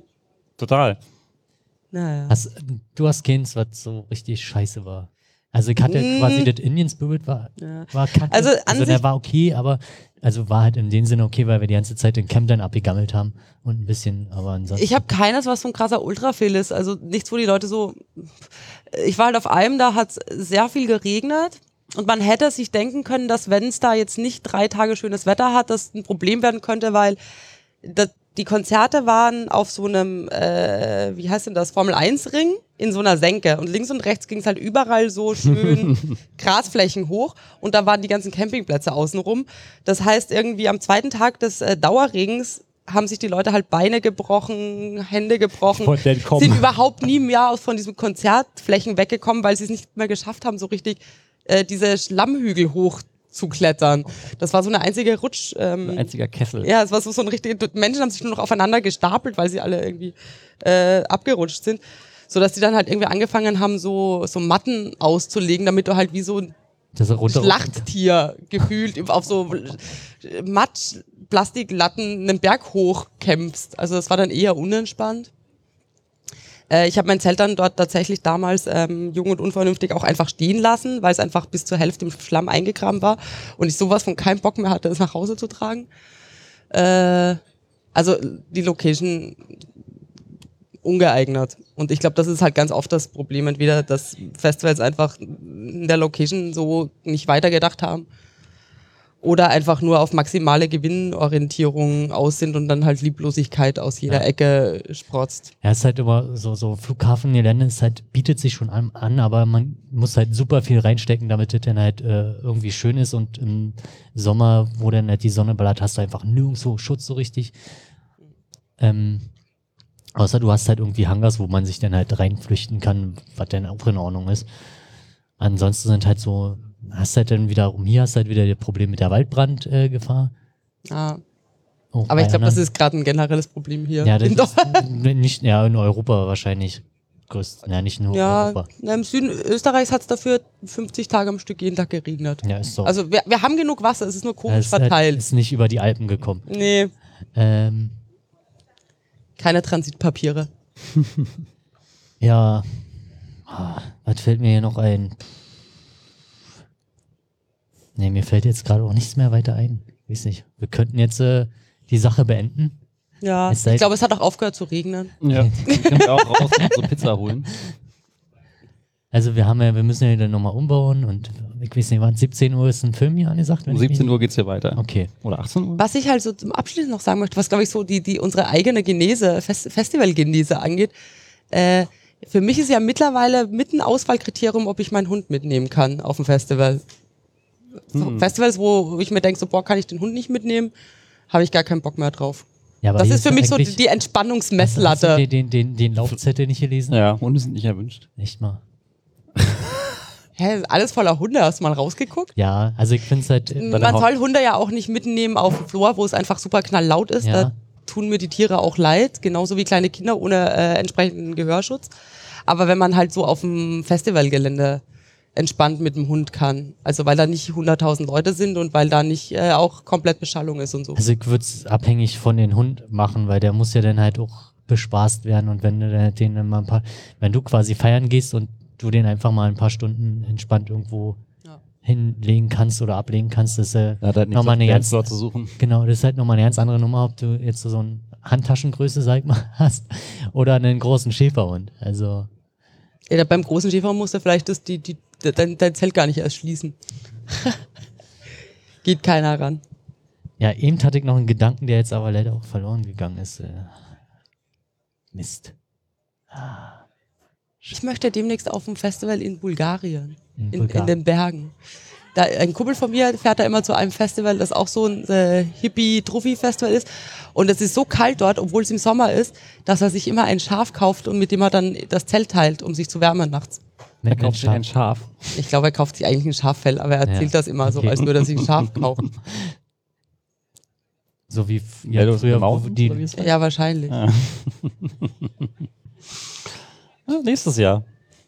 Total. Naja. hast, du hast keins, was so richtig scheiße war. Also ich hatte Mm. quasi das Indian Spirit war, Ja. war kacke. Also an der sich- war okay, aber also war halt in dem Sinne okay, weil wir die ganze Zeit in Camp dann abgegammelt haben und ein bisschen, aber ansonsten. Ich habe keines, was so ein krasser Ultrafail ist. Also nichts, wo die Leute so. Ich war halt auf einem, da hat sehr viel geregnet. Und man hätte sich denken können, dass wenn es da jetzt nicht drei Tage schönes Wetter hat, das ein Problem werden könnte, weil das, die Konzerte waren auf so einem, äh, wie heißt denn das, Formel eins Ring in so einer Senke. Und links und rechts ging es halt überall so schön Grasflächen hoch. Und da waren die ganzen Campingplätze außenrum. Das heißt, irgendwie am zweiten Tag des äh, Dauerregens haben sich die Leute halt Beine gebrochen, Hände gebrochen, Wollte der kommen. sind überhaupt nie mehr aus von diesen Konzertflächen weggekommen, weil sie es nicht mehr geschafft haben, so richtig äh, diese Schlammhügel hoch zu klettern. Das war so eine einzige Rutsch. Ähm, Ein einziger Kessel. ja, es war so, so ein richtig. Menschen haben sich nur noch aufeinander gestapelt, weil sie alle irgendwie äh, abgerutscht sind. So dass die dann halt irgendwie angefangen haben, so, so Matten auszulegen, damit du halt wie so ein das runter Schlachttier gefühlt auf so Matsch, Plastiklatten einen Berg hoch kämpfst. Also das war dann eher unentspannt. Äh, ich habe mein Zelt dann dort tatsächlich damals ähm, jung und unvernünftig auch einfach stehen lassen, weil es einfach bis zur Hälfte im Schlamm eingegraben war und ich sowas von keinen Bock mehr hatte, es nach Hause zu tragen. Äh, also die Location ungeeignet. Und ich glaube, das ist halt ganz oft das Problem, entweder, dass Festivals einfach in der Location so nicht weitergedacht haben oder einfach nur auf maximale Gewinnorientierung aus sind und dann halt Lieblosigkeit aus jeder Ja. Ecke sprotzt. Ja, ist halt immer so, so Flughafengelände, ist halt, bietet sich schon an, an, aber man muss halt super viel reinstecken, damit es dann halt äh, irgendwie schön ist und im Sommer, wo dann halt die Sonne ballert, hast du einfach nirgendwo Schutz so richtig. Ähm, außer du hast halt irgendwie Hangars, wo man sich dann halt reinflüchten kann, was dann auch in Ordnung ist. Ansonsten sind halt so, hast halt dann wiederum, hier hast halt wieder das Problem mit der Waldbrandgefahr. Äh, Gefahr. Ja. Auch Aber ich bei glaube, das anderen- ist gerade ein generelles Problem hier. ja, das in ist nicht, ja, in Europa wahrscheinlich größt, ja, nicht nur Ja, Europa. na, im Süden Österreichs hat es dafür fünfzig Tage am Stück jeden Tag geregnet. Ja, ist so. Also wir, wir haben genug Wasser, es ist nur Ja, komisch ist halt- verteilt. Ist nicht über die Alpen gekommen. Nee, Ähm, keine Transitpapiere. ja, ah, was fällt mir hier noch ein? Nee, mir fällt jetzt gerade auch nichts mehr weiter ein. Weiß nicht. Wir könnten jetzt äh, die Sache beenden. Ja, Es sei- ich glaube, es hat auch aufgehört zu regnen. Ja, können wir auch raus und so Pizza holen. Also wir haben ja, wir müssen ja dann nochmal umbauen und ich weiß nicht, wann siebzehn Uhr ist ein Film hier angesagt? wenn Um ich mich- siebzehn Uhr geht's hier weiter. Okay. Oder achtzehn Uhr? Was ich halt so zum Abschluss noch sagen möchte, was glaube ich so die, die unsere eigene Genese, Fest, Festivalgenese angeht, äh, für mich ist ja mittlerweile mit ein Auswahlkriterium, ob ich meinen Hund mitnehmen kann auf dem Festival. Hm. Festivals, wo ich mir denke, so boah, kann ich den Hund nicht mitnehmen, habe ich gar keinen Bock mehr drauf. Ja, aber Das hier ist für mich so eigentlich- die Hast du Entspannungsmesslatte. den, den, den, den Laufzettel nicht gelesen? Ja, Hunde sind nicht erwünscht. Nicht mal. Hä, alles voller Hunde, hast du mal rausgeguckt? Ja, also ich finde es halt. äh, Man soll Hunde ja auch nicht mitnehmen auf dem Floor, wo es einfach super knalllaut ist. Ja. Da tun mir die Tiere auch leid, genauso wie kleine Kinder ohne äh, entsprechenden Gehörschutz. Aber wenn man halt so auf dem Festivalgelände entspannt mit dem Hund kann, also weil da nicht hunderttausend Leute sind und weil da nicht äh, auch komplett Beschallung ist und so. Also ich würde es abhängig von den Hund machen, weil der muss ja dann halt auch bespaßt werden und wenn du dann den dann mal ein paar, wenn du quasi feiern gehst und du den einfach mal ein paar Stunden entspannt irgendwo Ja. hinlegen kannst oder ablegen kannst, das ist äh, Da hat halt nicht nochmal so eine ganz, dort zu suchen. genau, das ist halt nochmal eine ganz andere Nummer, ob du jetzt so eine Handtaschengröße, sag ich mal, hast oder einen großen Schäferhund. Also Ja, beim großen Schäfer musst du vielleicht das, die, die, dein, dein Zelt gar nicht erst schließen. Geht keiner ran. ja, eben hatte ich noch einen Gedanken, der jetzt aber leider auch verloren gegangen ist. Äh, Mist. Ich möchte demnächst auf dem Festival in Bulgarien. In In, in Bulgarien. den Bergen. Da, ein Kumpel von mir fährt da immer zu einem Festival, das auch so ein äh, Hippie-Trophy-Festival ist. Und es ist so kalt dort, obwohl es im Sommer ist, dass er sich immer ein Schaf kauft und mit dem er dann das Zelt teilt, um sich zu wärmen nachts. Er Mit einem kauft sich ein Schaf. Schaf. Ich glaube, er kauft sich eigentlich ein Schaffell, aber er erzählt Ja. das immer so, Okay. als würde er sich ein Schaf kaufen. So wie f- Ja, ja, du früher, wo Maus, die, oder wie es heißt? Ja, wahrscheinlich. Ja. Ja, nächstes Jahr.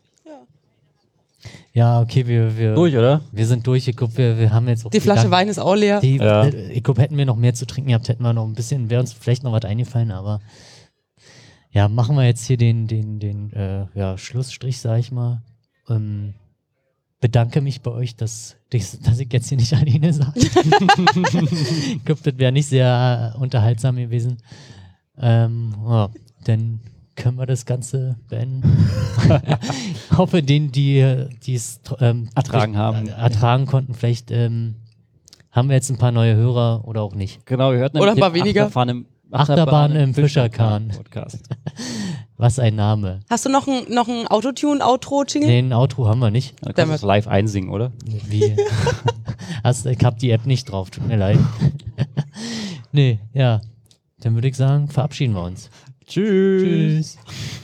ja, okay, wir, wir, Durch, oder? wir sind durch. Ich glaube, wir, wir haben jetzt auch Die Flasche Gedanken- Wein ist auch leer. Die, Ja. äh, Ich glaube, hätten wir noch mehr zu trinken gehabt, hätten wir noch ein bisschen, wäre uns vielleicht noch was eingefallen, aber ja, machen wir jetzt hier den, den, den äh, ja, Schlussstrich, sag ich mal. Ähm, bedanke mich bei euch, dass, dass dass ich jetzt hier nicht alleine saß. Ich glaube, das wäre nicht sehr äh, unterhaltsam gewesen. Ähm, ja, dann können wir das Ganze beenden. Ich hoffe, denen, die die es ähm, Ertragen haben. äh, ertragen konnten, vielleicht ähm, haben wir jetzt ein paar neue Hörer oder auch nicht. Genau, wir hörten Oder nämlich ein paar den weniger. Achterbahn im, Achterbahn im Fischerkahn. Podcast. Was ein Name. Hast du noch ein, noch ein Autotune-Outro-Jingle? Nee, ein Outro haben wir nicht. Da kannst du es live einsingen, oder? Wie? Hast, ich hab die App nicht drauf, tut mir leid. Nee, ja. Dann würde ich sagen, verabschieden wir uns. Tschüss. Tschüss.